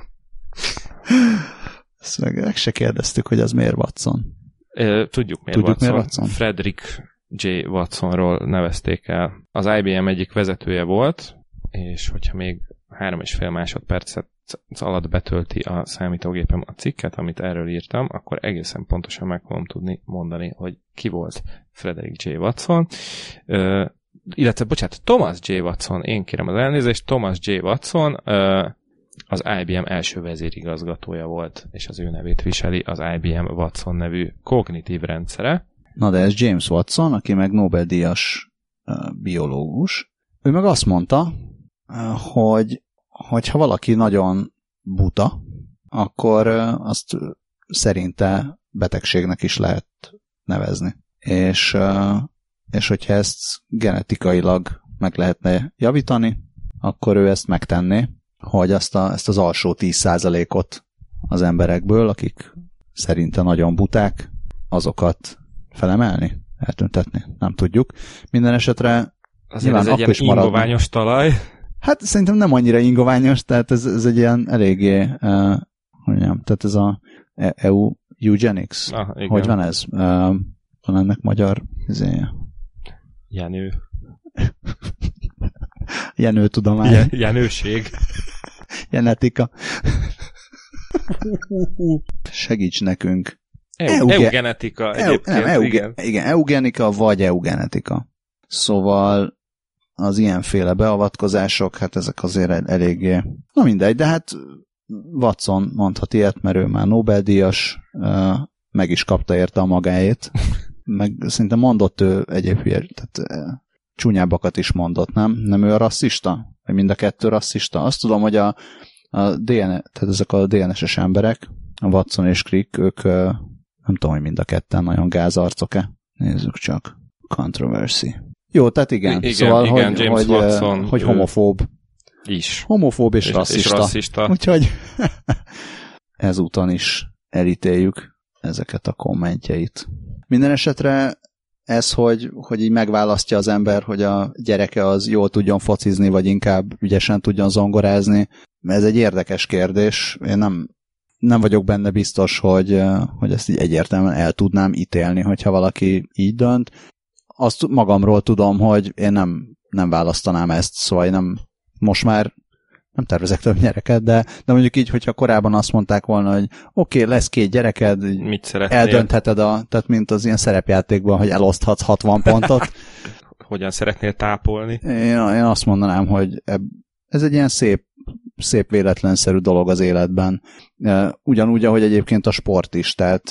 Ezt meg, meg se kérdeztük, hogy az miért Watson. Tudjuk miért Tudjuk Watson. Miért Watson. Frederick J. Watsonról nevezték el. Az I B M egyik vezetője volt, és hogyha még három és fél másodpercet alatt betölti a számítógépem a cikket, amit erről írtam, akkor egészen pontosan meg fogom tudni mondani, hogy ki volt Frederick J. Watson. Ö, illetve, bocsánat, Thomas J. Watson, én kérem az elnézést, Thomas J. Watson ö, az I B M első vezérigazgatója volt, és az ő nevét viseli az I B M Watson nevű kognitív rendszere. Na de ez James Watson, aki meg Nobel-díjas uh, biológus. Ő meg azt mondta, uh, hogy hogyha valaki nagyon buta, akkor uh, azt szerinte betegségnek is lehet nevezni. És, uh, és hogyha ezt genetikailag meg lehetne javítani, akkor ő ezt megtenné, hogy azt a, ezt az alsó tíz százalékot az emberekből, akik szerinte nagyon buták, azokat felemelni, eltüntetni, nem tudjuk. Minden esetre azért ez egy ilyen ingoványos talaj. Hát szerintem nem annyira ingoványos, tehát ez, ez egy ilyen eléggé, uh, hogy nem, tehát ez a E U eugenics. Ah, igen. Hogy van ez? Uh, van ennek magyar izéje? Jenő. Jenő tudomány. Je, jenőség. Genetika. Segíts nekünk. Eu, eugenetika egyébként. Nem, euge, igen. igen, eugenika vagy eugenetika. Szóval az ilyenféle beavatkozások, hát ezek azért eléggé... Na mindegy, de hát Watson mondhat ilyet, mert ő már Nobel-díjas, meg is kapta érte a magáét, meg szerintem mondott ő egyéb hülye, tehát csúnyábbakat is mondott, nem? Nem ő a rasszista? Vagy mind a kettő rasszista? Azt tudom, hogy a, a dé en es, tehát ezek a dé en es-es emberek, a Watson és Crick, ők nem tudom, hogy mind a ketten nagyon gázarcok-e. Nézzük csak. Controversy. Jó, tehát igen. igen szóval, igen, hogy, James hogy, Watson, hogy homofób. Is. Homofób és, és rasszista. És rasszista. Úgyhogy ezúton is elítéljük ezeket a kommentjeit. Minden esetre ez, hogy, hogy így megválasztja az ember, hogy a gyereke az jól tudjon focizni, vagy inkább ügyesen tudjon zongorázni, ez egy érdekes kérdés. Én nem, nem vagyok benne biztos, hogy, hogy ezt így egyértelműen el tudnám ítélni, hogyha valaki így dönt. Azt magamról tudom, hogy én nem, nem választanám ezt, szóval nem, most már nem tervezek több gyereket, de, de mondjuk így, hogyha korábban azt mondták volna, hogy oké, okay, lesz két gyereked, mit szeretnél? Eldöntheted, a, tehát mint az ilyen szerepjátékban, hogy eloszthatsz hatvan pontot. Hogyan szeretnél tápolni? Én, én azt mondanám, hogy eb, ez egy ilyen szép, szép véletlenszerű dolog az életben. Ugyanúgy, ahogy egyébként a sport is, tehát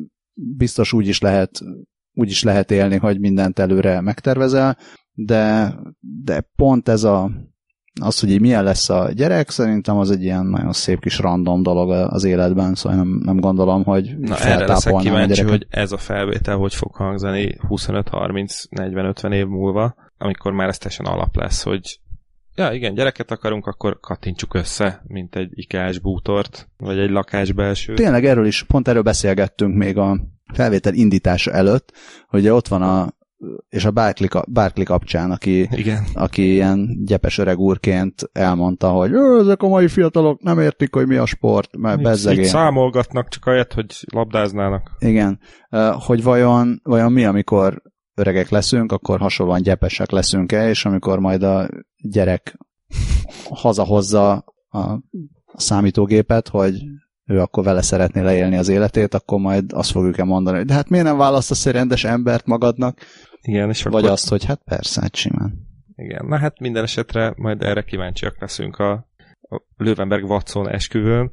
biztos úgy is lehet, úgy is lehet élni, hogy mindent előre megtervezel, de, de pont ez a az, hogy így milyen lesz a gyerek, szerintem az egy ilyen nagyon szép kis random dolog az életben, szóval nem, nem gondolom, hogy na erre leszek kíváncsi, a hogy ez a felvétel hogy fog hangzani huszonöt harminc negyven ötven év múlva, amikor már ez teljesen alap lesz, hogy ja igen, gyereket akarunk, akkor kattintsuk össze, mint egy ikás bútort, vagy egy lakásbelsőt. Tényleg erről is, pont erről beszélgettünk még a felvétel indítása előtt, hogy ott van a és a Barkley, Barkley kapcsán, aki, aki ilyen gyepes öreg úrként elmondta, hogy ezek a mai fiatalok nem értik, hogy mi a sport, mert bezzegén. Itt számolgatnak csak ahelyett, hogy labdáznának. Igen, hogy vajon, vajon mi, amikor öregek leszünk, akkor hasonlóan gyepesek leszünk-e, és amikor majd a gyerek hazahozza a számítógépet, hogy ő akkor vele szeretné leélni az életét, akkor majd azt fogjuk-e mondani, hogy de hát miért nem választasz egy rendes embert magadnak? Igen, és vagy akkor... azt, hogy hát persze, hát simán. Igen, na hát minden esetre majd erre kíváncsiak leszünk a, a Löwenberg-Watson esküvőn.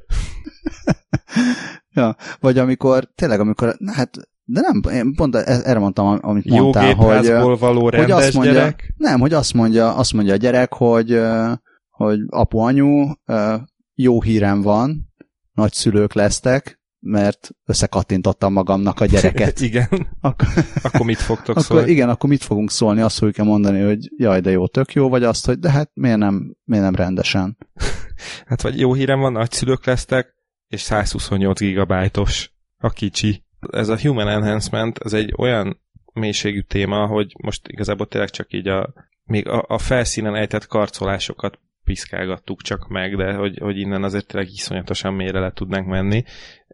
Ja, vagy amikor, tényleg amikor, na hát, de nem, én pont erre mondtam, amit jó mondtál, hogy, való rendes hogy azt mondja, gyerek. Nem, hogy azt mondja, azt mondja a gyerek, hogy, hogy apu-anyu, jó hírem van, nagyszülők lesztek, mert összekattintottam magamnak a gyereket. Igen. Ak- akkor mit fogtok akkor, szólni? Igen, akkor mit fogunk szólni? Azt fogjuk mondani, hogy jaj, de jó, tök jó, vagy azt, hogy de hát miért nem, miért nem rendesen? Hát vagy jó hírem van, nagyszülők lesztek, és százhuszonnyolc gigabájtos a kicsi. Ez a human enhancement, ez egy olyan mélységű téma, hogy most igazából tényleg csak így a, még a, a felszínen ejtett karcolásokat piszkálgattuk csak meg, de hogy, hogy innen azért tényleg iszonyatosan mélyre le tudnánk menni.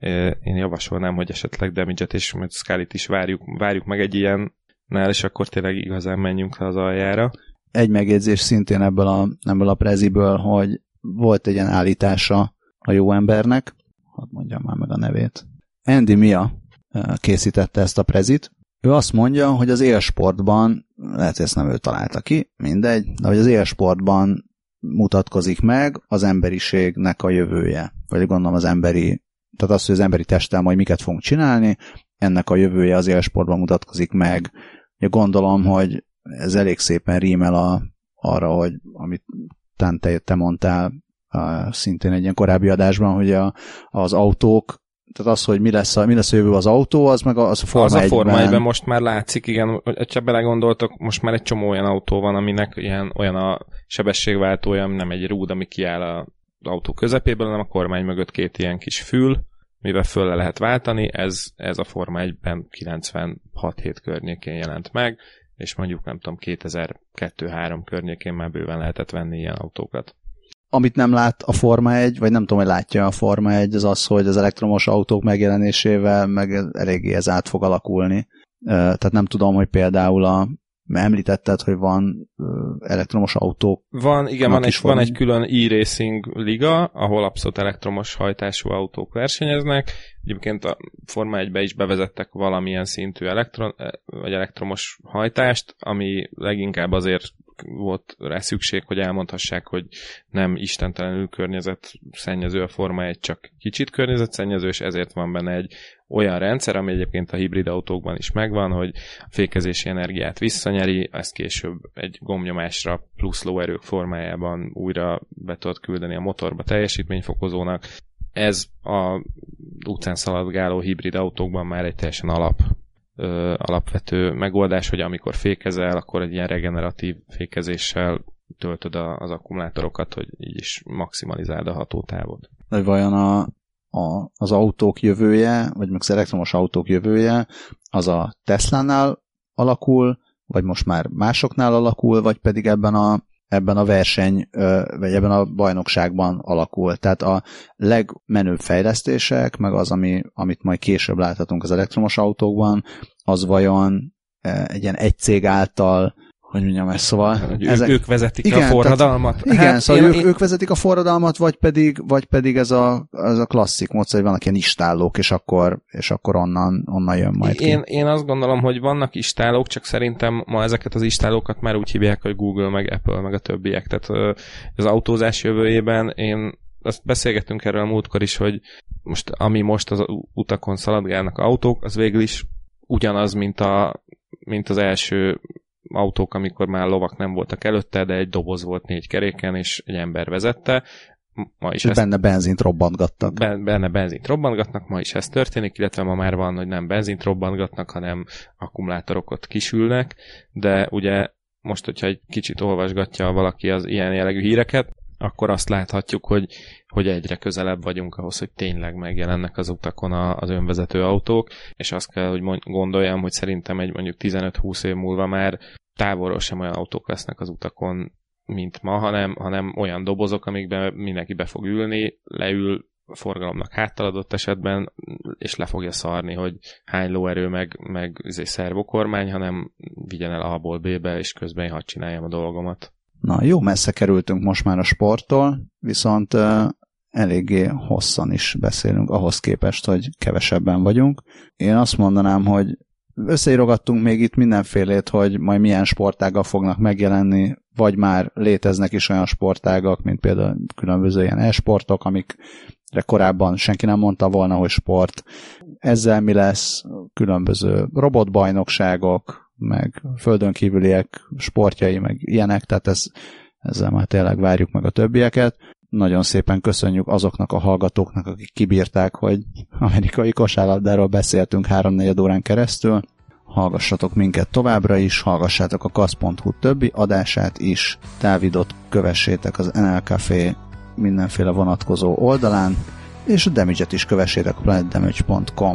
Én javasolnám, hogy esetleg Damage-et és Scullyt is várjuk, várjuk meg egy ilyennel, és akkor tényleg igazán menjünk le az aljára. Egy megjegyzés szintén ebből a, ebből a preziből, hogy volt egy ilyen állítása a jó embernek, hadd mondjam már meg a nevét. Andy Mia készítette ezt a prezit. Ő azt mondja, hogy az élsportban, lehet, hogy ezt nem ő találta ki, mindegy, de hogy az élsportban mutatkozik meg az emberiségnek a jövője. Vagy gondolom az emberi, tehát az, hogy az emberi testtel majd miket fogunk csinálni, ennek a jövője az élsportban mutatkozik meg. Ugye gondolom, hogy ez elég szépen rímel a, arra, hogy amit te, te mondtál a, szintén egy ilyen korábbi adásban, hogy a, az autók, tehát az, hogy mi lesz a, mi lesz a jövő az autó, az meg az a Forma egyben. Az a Forma egyben most már látszik, igen, ha belegondoltok, most már egy csomó olyan autó van, aminek ilyen, olyan a sebességváltója, ami nem egy rúd, ami kiáll az autó közepéből, hanem a kormány mögött két ilyen kis fül, mivel föl le lehet váltani, ez, ez a Forma egyben kilencvenhat hét környékén jelent meg, és mondjuk nem tudom, kétezer-kettő-három környékén már bőven lehetett venni ilyen autókat. Amit nem lát a Forma egy, vagy nem tudom, hogy látja a Forma egy, az az, hogy az elektromos autók megjelenésével meg eléggé ez át fog alakulni. Tehát nem tudom, hogy például a említetted, hogy van elektromos autók. Van, igen, van egy, van egy külön e-racing liga, ahol abszolút elektromos hajtású autók versenyeznek. Egyébként a Forma egybe is bevezettek valamilyen szintű elektron, vagy elektromos hajtást, ami leginkább azért volt rá szükség, hogy elmondhassák, hogy nem istentelenül környezetszennyező a Forma egy, csak kicsit környezetszennyező, és ezért van benne egy olyan rendszer, ami egyébként a hibrid autókban is megvan, hogy a fékezési energiát visszanyeri, ezt később egy gombnyomásra plusz lóerők formájában újra be tudod küldeni a motorba teljesítményfokozónak. Ez a utcán szaladgáló hibrid autókban már egy teljesen alap Ö, alapvető megoldás, hogy amikor fékezel, akkor egy ilyen regeneratív fékezéssel töltöd a, az akkumulátorokat, hogy így is maximalizáld a hatótávot. De vajon a, a, az autók jövője, vagy meg az elektromos autók jövője, az a Teslánál alakul, vagy most már másoknál alakul, vagy pedig ebben a ebben a verseny, vagy ebben a bajnokságban alakul. Tehát a legmenőbb fejlesztések, meg az, ami, amit majd később láthatunk az elektromos autókban, az vajon egy ilyen egy cég által, hogy mondjam ezt, szóval... Ezek, ők vezetik igen, a forradalmat? Tehát, igen, hát szóval én, ők, én... ők vezetik a forradalmat, vagy pedig, vagy pedig ez, a, ez a klasszik módszer, hogy vannak ilyen istállók, és akkor, és akkor onnan, onnan jön majd én, ki. Én azt gondolom, hogy vannak istállók, csak szerintem ma ezeket az istállókat már úgy hívják, hogy Google, meg Apple, meg a többiek. Tehát az autózás jövőjében én azt beszélgettünk erről a múltkor is, hogy most, ami most az utakon szaladgálnak autók, az végül is ugyanaz, mint, a, mint az első autók, amikor már lovak nem voltak előtte, de egy doboz volt négy keréken, és egy ember vezette. Ma is és ezt, benne benzint robbantgattak. Benne benzint robbantgatnak, ma is ez történik, illetve ma már van, hogy nem benzint robbantgatnak, hanem akkumulátorokat kisülnek, de ugye most, hogyha egy kicsit olvasgatja valaki az ilyen jellegű híreket, akkor azt láthatjuk, hogy, hogy egyre közelebb vagyunk ahhoz, hogy tényleg megjelennek az utakon az önvezető autók, és azt kell, hogy gondoljam, hogy szerintem egy mondjuk tizenöt-húsz év múlva már távolról sem olyan autók lesznek az utakon, mint ma, hanem, hanem olyan dobozok, amikben mindenki be fog ülni, leül a forgalomnak háttal adott esetben, és le fogja szarni, hogy hány lóerő meg, meg szervokormány, hanem vigyen el A-ból B-be, és közben én hadd csináljam a dolgomat. Na, jó messze kerültünk most már a sporttól, viszont uh, eléggé hosszan is beszélünk ahhoz képest, hogy kevesebben vagyunk. Én azt mondanám, hogy összeírogattunk még itt mindenfélét, hogy majd milyen sportágak fognak megjelenni, vagy már léteznek is olyan sportágak, mint például különböző ilyen e-sportok, amikre korábban senki nem mondta volna, hogy sport. Ezzel mi lesz? Különböző robotbajnokságok, meg földön kívüliek sportjai, meg ilyenek, tehát ez, ezzel már tényleg várjuk meg a többieket. Nagyon szépen köszönjük azoknak a hallgatóknak, akik kibírták, hogy amerikai kosárlabdáról beszéltünk háromnegyed órán keresztül. Hallgassatok minket továbbra is, hallgassátok a kasz pont hu többi adását is, Dávidot kövessétek az en el Café mindenféle vonatkozó oldalán, és a Damage-et is kövessétek a planet damage pont com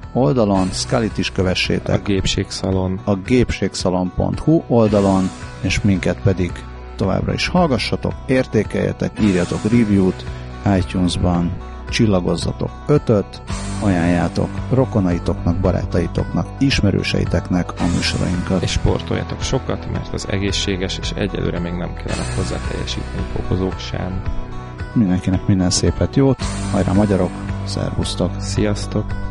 oldalon, Scullyt is kövessétek. A Gépségszalon. A gépségszalon pont hu oldalon, és minket pedig továbbra is hallgassatok, értékeljetek, írjatok review-t iTunes-ban, csillagozzatok ötöt, ajánljátok rokonaitoknak, barátaitoknak, ismerőseiteknek a műsorainkat. És sportoljatok sokat, mert az egészséges, és egyelőre még nem kellene hozzá teljesítmény fokozók sem. Mindenkinek minden szépet, jót, hajrá magyarok, szervusztok! Sziasztok!